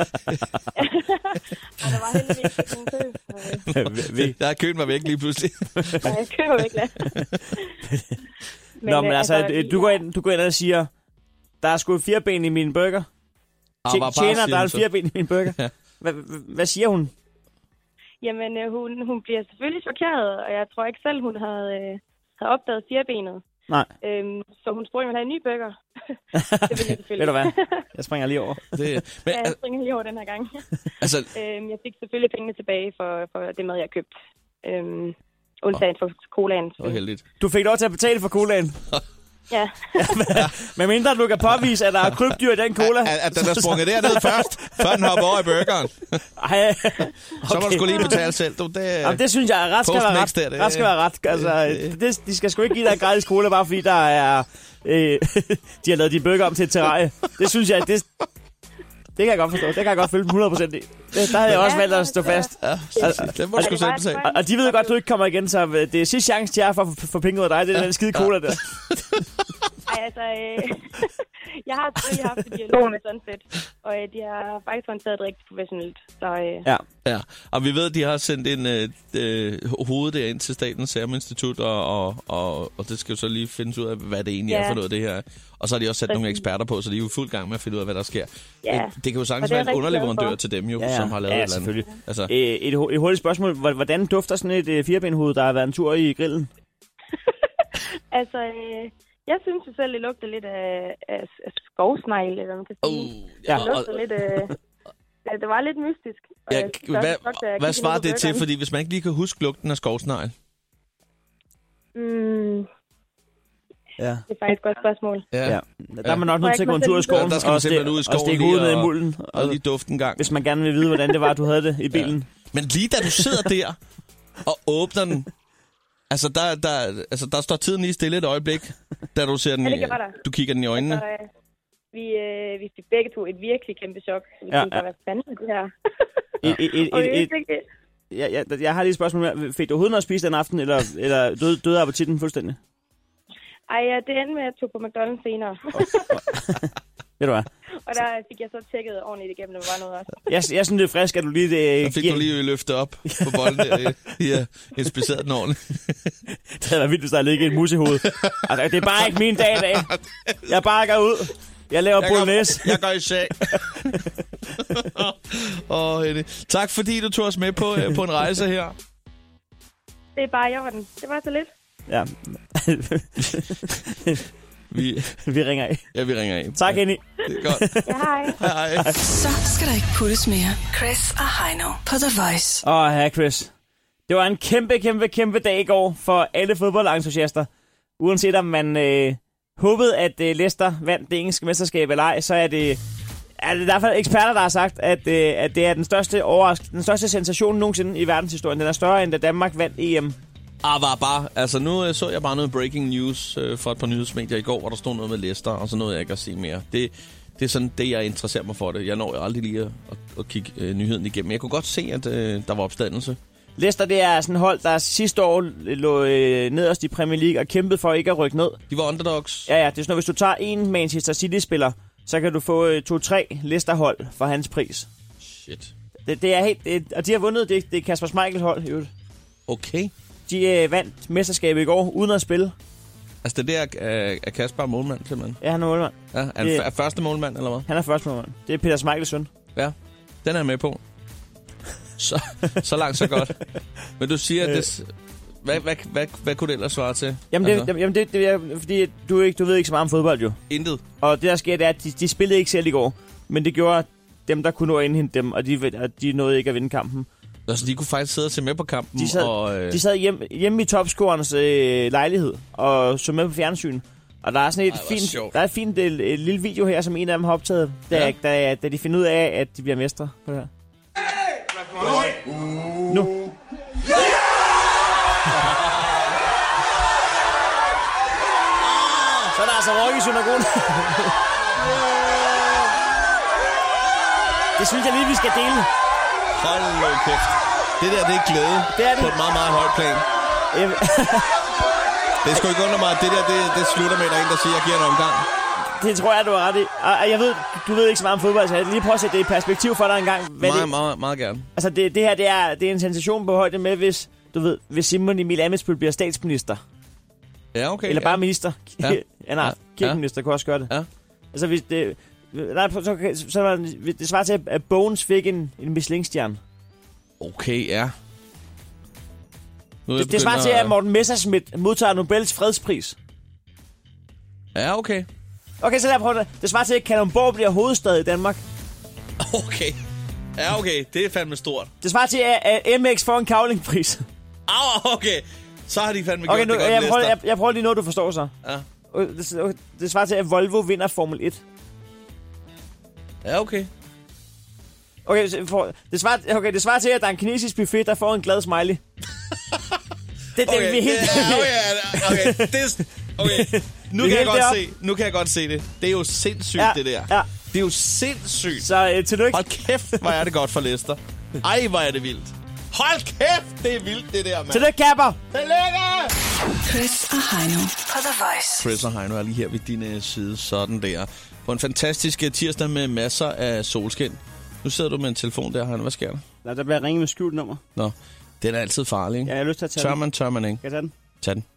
Og der var heldigvis ikke en kø. Så... Der er køen var væk lige pludselig. Nej, køen var væk, ja. Men, Nå, men øh, altså, altså du, går ind, du går ind og siger, der er sgu fire ben i min burger. Tjener, der er fire ben i min burger. Ja. Hvad, hvad siger hun? Jamen, øh, hun, hun bliver selvfølgelig chokeret, og jeg tror ikke selv, hun havde, øh, havde opdaget firebenet. Nej. Øhm, så hun spurgte, om jeg havde en ny burger. Det vil jeg selvfølgelig. Ved du hvad? Jeg springer lige over. Det, men, ja, jeg springer lige over den her gang. altså, øhm, jeg fik selvfølgelig pengene tilbage for, for det mad, jeg købte. Øhm, undtagen for colaen. Det var heldigt. Du fik lov til at betale for colaen? Ja. Men mindre du kan påvise, at der er krybdyr i den cola. At, at den er sprunget derned først, før den hopper over i burgeren. Ej, okay. Så må du sgu lige betale selv. Du, det, Jamen, det synes jeg, ret skal være ret. Der, det, ret skal være ret. Altså, det, de skal sgu ikke give dig gratis cola, bare fordi der er... Øh, de har lavet de burger om til et terrarie. Det synes jeg, det... Det kan jeg godt forstå. Det kan jeg godt følge hundrede procent i. Det, der havde jeg også valgt at stå fast. Ja, det må du sgu selv betale. Og, og de ved godt, du ikke kommer igen, så det er sidste chance til jer for at få penge ud af dig. Det er ja. Den skide cola der. Ej, altså... Øh, jeg har selvfølgelig haft en dialog med Sunset, og øh, de har faktisk håndteret det rigtig professionelt. Så, øh. ja. ja, og vi ved, at de har sendt en øh, øh, hoved derind til Statens Serum Institut, og, og, og, og det skal jo så lige findes ud af, hvad det egentlig ja. er for noget, det her. Og så har de også sat Præcis. nogle eksperter på, så de er jo fuld gang med at finde ud af, hvad der sker. Ja. Det kan jo sagtens være en underleverandør til dem, jo, ja, ja. som har lavet ja, et eller andet. Altså. Et, et, et hurtigt spørgsmål. Hvordan dufter sådan et uh, firebenhoved, der har været en tur i grillen? altså... Øh Jeg synes jo selv, det lugter lidt af, af, af skovsnegl, eller hvad man kan sige. Oh, ja. Det lugter lidt... Øh, ja, det var lidt mystisk. Ja, øh, hvad godt, hvad svarer det til? Fordi hvis man ikke lige kan huske lugten af skovsnegl? Mm, ja. Det er faktisk et godt spørgsmål. Ja. ja. Der er man nok nødt til at gå en tur i skoven. Ja, der skal man simpelthen ud i skoven og stikke hovedet ned i mulden. Og, og lige dufte en gang. Hvis man gerne vil vide, hvordan det var, du havde det i bilen. Ja. Men lige da du sidder der og åbner den... Altså der, der, altså, der står tiden lige stille et øjeblik, da du ser den ja, i, du kigger den i øjnene. Altså, vi, øh, vi fik begge to et virkelig kæmpe chok. Vi ja, tænkte, ja. Hvad fanden er det her? et, et, et, et, et, ja, ja, jeg har lige et spørgsmål mere. Fik du overhovedet noget at spise den aften, eller, eller døde, døde appetitten fuldstændig? Ej, ja, det endte med, at jeg tog på McDonald's senere. Ved du hvad? Og der fik jeg så tjekket ordentligt igennem, det var noget også. Jeg, jeg synes, det er frisk, at du lige... Det, så fik giver... du lige løftet op på bolden der. I har inspiceret den ordentligt. Det havde været vildt, hvis der ligger et mus i hovedet. Altså, det er bare ikke min dag i dag. Jeg bare går ud. Jeg laver bolognese. Jeg går i sag. Åh, oh, Henny. Tak fordi du tog os med på, på en rejse her. Det er bare i orden. Det var så lidt. Ja. Vi, vi ringer af. Ja, vi ringer af. Tak, Henny. Det er godt. Ja, hej. Hej. Så skal der ikke puttes mere. Chris og Heino på The Voice. Åh, her Chris. Det var en kæmpe, kæmpe, kæmpe dag i går for alle fodboldentusiaster. Uanset om man øh, håbede, at øh, Leicester vandt det engelske mesterskab eller ej, så er det, er det i hvert fald eksperter, der har sagt, at, øh, at det er den største overraskelse, den største sensation nogensinde i verdenshistorien. Den er større, end da Danmark vandt E M Ah, var bare. Altså, nu så jeg bare noget breaking news øh, fra et par nyhedsmedier i går, hvor der stod noget med Leicester, og så noget, jeg ikke at se mere. Det, det er sådan det, jeg interesserer mig for det. Jeg når jo aldrig lige at, at, at kigge øh, nyheden igennem. Jeg kunne godt se, at øh, der var opstandelse. Leicester, det er sådan et hold, der sidste år lå øh, nederst i Premier League og kæmpede for ikke at rykke ned. De var underdogs. Ja, ja. Det er sådan noget, hvis du tager en Manchester City-spiller, så kan du få øh, to-tre Leicester-hold for hans pris. Shit. Det, det er helt... Det, og de har vundet, det, det er Kasper Schmeichels hold, jo. Okay. De øh, vandt mesterskabet i går, uden at spille. Altså, det der er, er Kasper målmand, simpelthen? Ja, han er målmand. Ja, er han det, er første målmand, eller hvad? Han er første målmand. Det er Peter Schmeichels søn. Ja, den er jeg med på. Så, så langt, så godt. Men du siger, at det... Hvad, hvad, hvad, hvad kunne det ellers svare til? Jamen, det, altså? jamen det, det er, fordi du, ikke, du ved ikke så meget om fodbold, jo. Intet. Og det, der sker, det er, at de, de spillede ikke selv i går. Men det gjorde dem, der kunne nå at indhente dem, og de, og de nåede ikke at vinde kampen. Altså, de kunne faktisk sidde og se med på kampen? De sad, og, øh... de sad hjem, hjemme i topscorerens øh, lejlighed og så med på fjernsyn. Og der er sådan et Ej, fint, sjovt. der er et fint et, et lille video her, som en af dem har optaget, da, ja. da, da de finder ud af, at de bliver mestre på det her. Nu. Så er der altså rock i synagogen. Det synes jeg lige, vi skal dele. Hold nu kæft. Det der, det er glæde det er det. På et meget, meget højt plan. Det er sgu ikke under mig, at det der, det, det slutter med, at der er en, der siger, at jeg giver en omgang. Det tror jeg, du har ret i. Og jeg ved, du ved ikke så meget om fodbold, så jeg lige prøve at sætte det i perspektiv for dig en gang. Hvad meget, det, meget, meget gerne. Altså, det, det her, det er, det er en sensation på højde med, hvis, du ved, hvis Simon Emil Ammitzbøll bliver statsminister. Ja, okay. Eller bare ja. minister. Ja. Ja, nej, kirkeminister kunne også gøre det. Ja. Altså, hvis det... Nej, så, så, så var det, det svarer til, at Bones fik en, en Michelin-stjerne. Okay, ja. Det, det svarer til, at Morten Messerschmidt modtager Nobels fredspris. Ja, okay. Okay, så lad mig prøve det. Det svarer til, at Kalundborg bliver hovedstad i Danmark. Okay. Ja, okay. Det er fandme stort. Det svarer til, at M X får en kavlingpris. Au, okay. Så har de fandme okay, gjort nu, det godt. Jeg prøver, jeg, jeg prøver lige noget, du forstår så. Ja. Det, det svarer til, at Volvo vinder Formel et. Ja, okay. Okay, for, det, svarer, okay, det svarer til, at der er en kinesisk buffet, der får en glad smiley. det, det, okay, vi er helt... det, okay, okay, det, okay. Nu, kan jeg godt se, nu kan jeg godt se det. Det er jo sindssygt, ja, det der. Ja. Det er jo sindssygt. Så øh, tillykke. Hold kæft, hvor er det godt for Leicester. Ej, hvor er det vildt. Hold kæft, det er vildt, det der, mand. Tillykke, Kapper. Tillykke! Chris og Heino på The Voice. Chris og Heino er lige her ved din side, sådan der. På en fantastisk tirsdag med masser af solskin. Nu sidder du med en telefon der, Heino. Hvad sker der? Nej, der bliver ringet med skjult nummer. Nå, den er altid farlig, ikke? Ja, jeg har lyst til at tage tør den. man, tør man ikke. Kan jeg tage den? Tag den.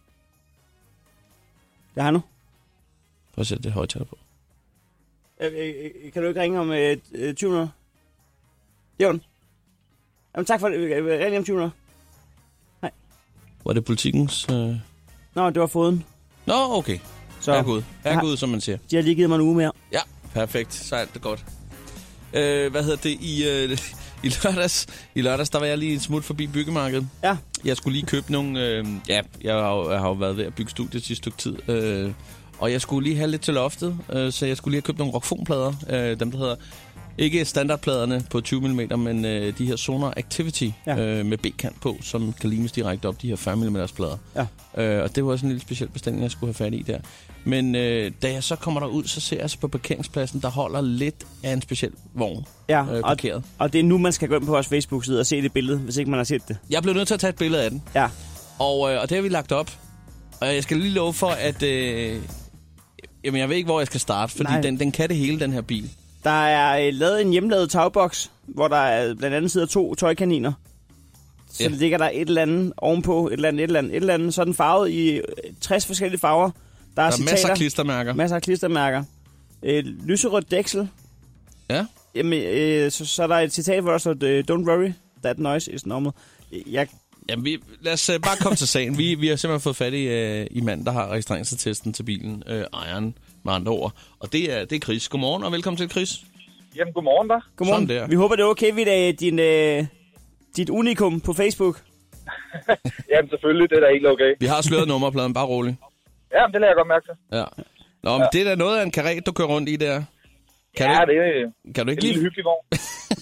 Det har nu. Prøv at sætte det højtaler på. Øh, øh, kan du ikke ringe om øh, tyve minutter? Jævn. Jamen tak for det. Ring om tyve minutter. Nej. Var det politikens... Øh... Nå, det var foden. Nå, okay. Så. Herregud. Herregud, som man siger. De har lige givet mig en uge mere. Ja, perfekt. Så er alt det godt. Øh, hvad hedder det? I, øh, i, lørdags, I lørdags, der var jeg lige en smut forbi byggemarkedet. Ja. Jeg skulle lige købe nogle... Øh, ja, jeg har, jo, jeg har jo været ved at bygge studiet sidste stykke tid. Øh, og jeg skulle lige have lidt til loftet, øh, så jeg skulle lige have købt nogle rockfonplader. Øh, dem, der hedder... Ikke standardpladerne på tyve millimeter, men øh, de her Sonar Activity ja. øh, med B-kant på, som kan limes direkte op, de her fyrre millimeter plader. Ja. Øh, og det var også en lille speciel bestilling, jeg skulle have fat i der. Men øh, da jeg så kommer derud, så ser jeg så på parkeringspladsen, der holder lidt af en speciel vogn ja, øh, parkeret. Og, og det er nu, man skal gå ind på vores Facebook-side og se det billede, hvis ikke man har set det. Jeg blev nødt til at tage et billede af den. Ja. Og, øh, og det har vi lagt op. Og jeg skal lige love for, at... Øh, jamen, jeg ved ikke, hvor jeg skal starte, fordi den, den kan det hele, den her bil. Der er øh, lavet en hjemmelavet tagboks, hvor der er, blandt andet sidder to tøjkaniner. Så ja. ligger der et eller andet ovenpå, et eller andet, et eller andet, et eller andet. Så er den farvet i tres forskellige farver. Der er, der er citater, masser af klistermærker. Masser af klistermærker. Øh, lyserødt dæksel. Ja. Jamen, øh, så, så er der et citat, hvor der står, don't worry, that noise is normal. Jeg... Jamen, vi, lad os uh, bare komme til sagen. Vi, vi har simpelthen fået fat i, uh, i manden, der har registreringsattesten til bilen, uh, ejeren med andre ord. Og det er, det er Chris. Godmorgen og velkommen til, Chris. Jamen, godmorgen da. Godmorgen. Der. Vi håber, det er okay, vi er din, øh, dit unikum på Facebook. Jamen, selvfølgelig. Det er da helt okay. Vi har sløret nummerpladen, bare rolig. Jamen, det lader jeg godt mærke til. Ja. Nå, men ja. Det er da noget af en karet, du kører rundt i der. Kan ja, du ikke, det er kan du ikke en lille hyggelig vogn.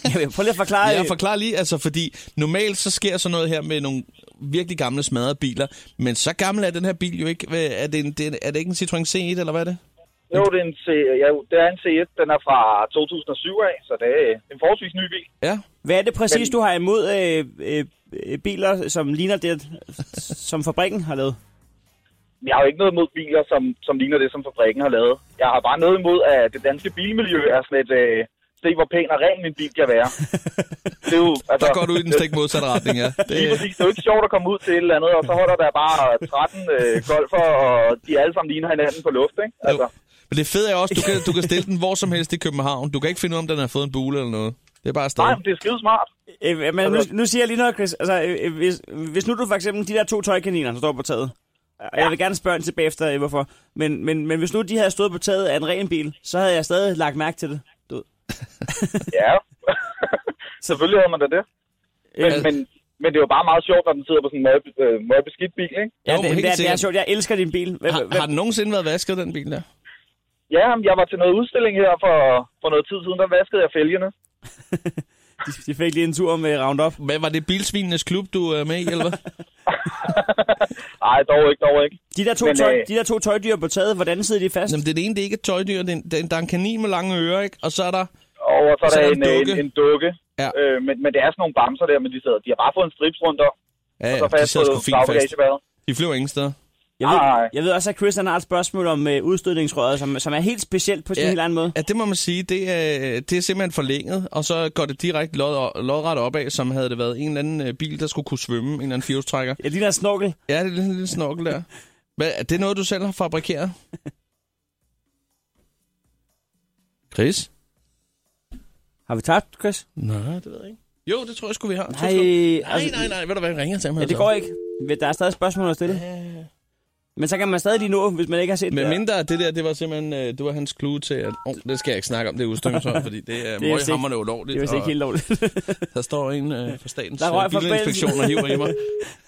Ja, prøv lige at forklare. Jeg forklarer lige, altså fordi normalt så sker sådan noget her med nogle virkelig gamle smadrede biler, men så gammel er den her bil jo ikke. Er det, en, det, er det ikke en Citroën C et, eller hvad er det? Jo, det er en, C, ja, det er en C et. Den er fra to tusind og syv af, så det er en forholdsvis ny bil. Ja. Hvad er det præcis, Men, du har imod øh, øh, biler, som ligner det, som fabrikken har lavet? Jeg har jo ikke noget imod biler, som, som ligner det, som fabrikken har lavet. Jeg har bare noget imod, at det danske bilmiljø er sådan et... Øh, se, hvor pæn og ren min bil kan være. Det er jo, altså, der går du i den stik modsatte retning, ja. Det er, præcis, det er jo ikke sjovt at komme ud til et eller andet, og så holder der bare tretten øh, golfer, og de alle sammen ligner hinanden på luft, ikke? Altså. Men det fede er også, du kan, du kan stille den hvor som helst i København. Du kan ikke finde ud af, om den har fået en bule eller noget. Det er bare afsted. Nej, det er skide smart. Øh, men nu, nu siger jeg lige noget, Chris. Altså, øh, hvis, hvis nu du for eksempel de der to tøjkaniner, der står på taget, og jeg vil gerne spørge tilbage efter, øh, hvorfor, men, men, men hvis nu de havde stået på taget af en ren bil, så havde jeg stadig lagt mærke til det. Du. Ja, selvfølgelig havde man da det. Men, Øh. men, men det er jo bare meget sjovt, når den sidder på sådan en møg, øh, møgbeskidt bil, ikke? Ja, Jo, det, helt det, er, det er sikkert. sjovt. Jeg elsker din bil. Hvem, Har, hvem, har den nogensinde været vasket, den bil der? Ja, jeg var til noget udstilling her for, for noget tid siden, der vaskede jeg fælgene. de, de fik lige en tur med Roundup. Hvad var det bilsvinenes klub, du er med i, eller hvad? Nej, dog ikke, dog ikke. De der, to Men, tøj, øh, de der to tøjdyr på taget, hvordan sidder de fast? Jamen, det er det ene, det er ikke et tøjdyr. Det er, en, det er, der er en kanin med lange ører, ikke? Og så er der... Og så er Så der er en, der en en, dukke. en dukke. Ja. Øh, men, men det er sådan nogle bamser der, men de, sidder, de har bare fået en strips rundt om. Ja, og så ja, de fast sidder på sgu fint fast. bagbagagebadet. De flyver ingen steder. Jeg ved, Nej. jeg ved også, at Chris han har et spørgsmål om øh, udstødningsrøret, som, som er helt specielt på sin Ja. helt anden måde. Ja, det må man sige. Det er, det er simpelthen forlænget, og så går det direkte lod, lodret opad, som havde det været en eller anden øh, bil, der skulle kunne svømme, en eller anden firehjulstrækker. Ja, lige der snorkel. Ja, det er en lille snorkel der. Hvad, er det noget, du selv har fabrikeret? Chris? Har vi tabt, Chris? Nej, det ved jeg ikke. Jo, det tror jeg sgu, vi har. Nej, nej, altså- nej, nej. Ved du hvad, jeg ringer til ham. Ja, det går ikke. Der er stadig spørgsmål at stille. Men så kan man stadig lige nå, hvis man ikke har set Men det. mindre det der, det var simpelthen, øh, det var hans clue til, at oh, det skal jeg ikke snakke om, det er udstødningsrør, fordi det er Det er vist ikke- møghamrende ulovligt. Det er vist ikke og helt lovligt. Der står en øh, fra statens Der røg øh, fra bilinspektion og hiver i mig.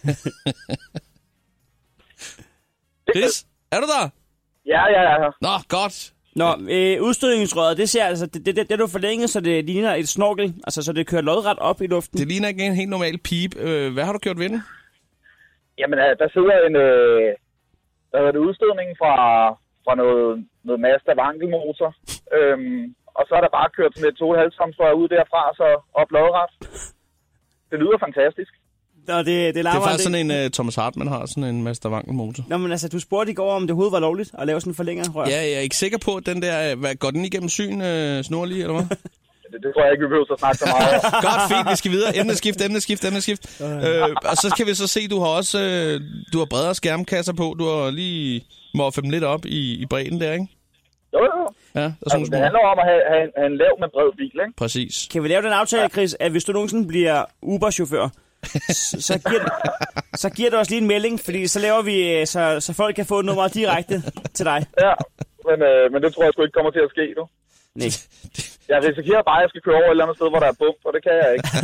Chris, er du der? Ja, ja, ja. Nå, godt. Nå, øh, udstødningsrøret, det ser altså, det, det, det, det er du forlænget, så det ligner et snorkel, altså så det kører lodret op i luften. Det ligner ikke en helt normal pip. Øh, hvad har du gjort ved den? Jamen, øh, der sidder en... Øh, der hedder det udstødning fra, fra noget, noget Mazda vankelmotor. Øhm, og så er der bare kørt sådan et to komma fem tomsrør ud derfra, så op lodret. Det lyder fantastisk. Nå, det, det, Det er faktisk sådan en uh, Thomas Hartmann har, sådan en Mazda Wankel-motor. Nå, men altså, du spurgte i går, om det overhovedet var lovligt at lave sådan en forlænger, rør. Ja, jeg er ikke sikker på, at den der... Hvad, går den igennem syn øh, snorlig, eller hvad? Det, det tror jeg ikke, vi behøver at snakke så meget om. Godt, fint, vi skal videre. Emneskift, emneskift, emneskift. Øh, og så kan vi så se, du har også øh, du har bredere skærmkasser på. Du har lige morfet dem lidt op i, i bredden der, ikke? Jo, jo. Ja, der er Altså, sådan det små. handler om at have, have, en, have en lav med bred bil, ikke? Præcis. Kan vi lave den aftale, Chris, at hvis du nogensinde bliver Uber-chauffør, så, så, giver, så giver du os lige en melding, fordi så laver vi, øh, så, så folk kan få nummeret direkte til dig. Ja, men, øh, men det tror jeg sgu ikke kommer til at ske, du. Nej. Jeg risikerer bare, at jeg skal køre over et eller andet sted, hvor der er bump, og det kan jeg ikke.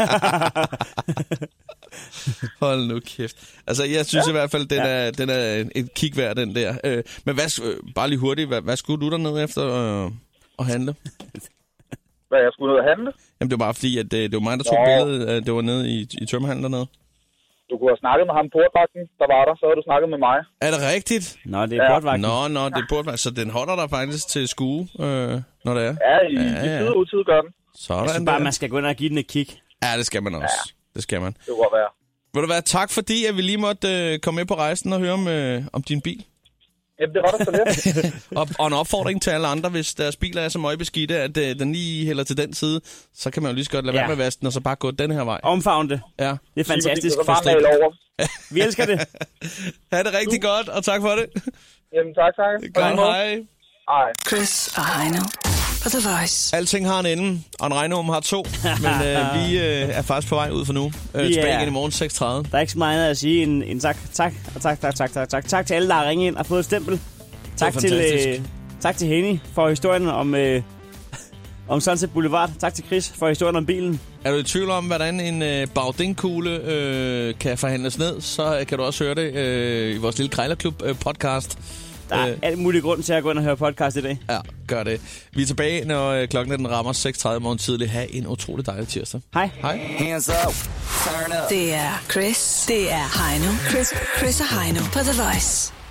Hold nu kæft. Altså, jeg synes ja. i hvert fald, den, ja. er, den er et kig værd, den der. Øh, men hvad, øh, bare lige hurtigt, hvad, hvad skulle du dernede efter øh, at handle? Hvad, jeg skulle ned og handle? Jamen, det var bare fordi, at det, det var mig, der tog Nå. billedet. At det var nede i, i tømmerhandlen dernede. Du kunne have snakket med ham portvagten, der var der, så havde du snakket med mig. Er det rigtigt? Nå, det er Ja. portvagten. Nå, nå, det er portvagt. Så den holder der faktisk til skue, øh, når det er? Ja, i, Ja, i ja. tid og utid gør den. Sådan Jeg synes bare, der. man skal gå ind og give den et kig. Ja, det skal man også. Ja. Det skal man. Det kunne godt være. Vil du være tak, fordi at vi lige måtte øh, komme med på rejsen og høre om, øh, om din bil? Jamen, det var der så lidt. og, og en opfordring til alle andre, hvis deres biler er så møgbeskidte, at øh, den lige hælder til den side, så kan man jo lige så godt lade Ja. være med at vaske den, og så bare gå den her vej. Omfavn det. Ja. Det er fantastisk. Så bare male over. Vi elsker det. Ha' det rigtig godt, og tak for det. Jamen, tak, tak. Godt, hej. Hej. Chris og Heino på The Voice. Alting har en ende, og en regnorm har to, men øh, vi øh, er faktisk på vej ud for nu. Øh, Vi tilbage er- igen i morgen seks tredive. Der er ikke så meget andet at sige end, end tak, tak, og tak, tak, tak, tak, tak. Tak til alle, der har ringet ind og fået et stempel. Tak til, fantastisk. øh, tak til Henny for historien om, øh, om Sunset Boulevard. Tak til Chris for historien om bilen. Er du i tvivl om, hvordan en øh, Baudin-kugle øh, kan forhandles ned, så kan du også høre det øh, i vores lille Krejlerklub øh, podcast. Der er alt mulig grund til at gå ind og høre podcast i dag. Ja, gør det. Vi er tilbage, når øh, klokken den rammer seks tredive morgen tidlig. Ha' en utrolig dejlig tirsdag. Hej. Hej. Hands up. Turn up. Det er Chris. Det er Heino. Chris, Chris og Heino på The Voice.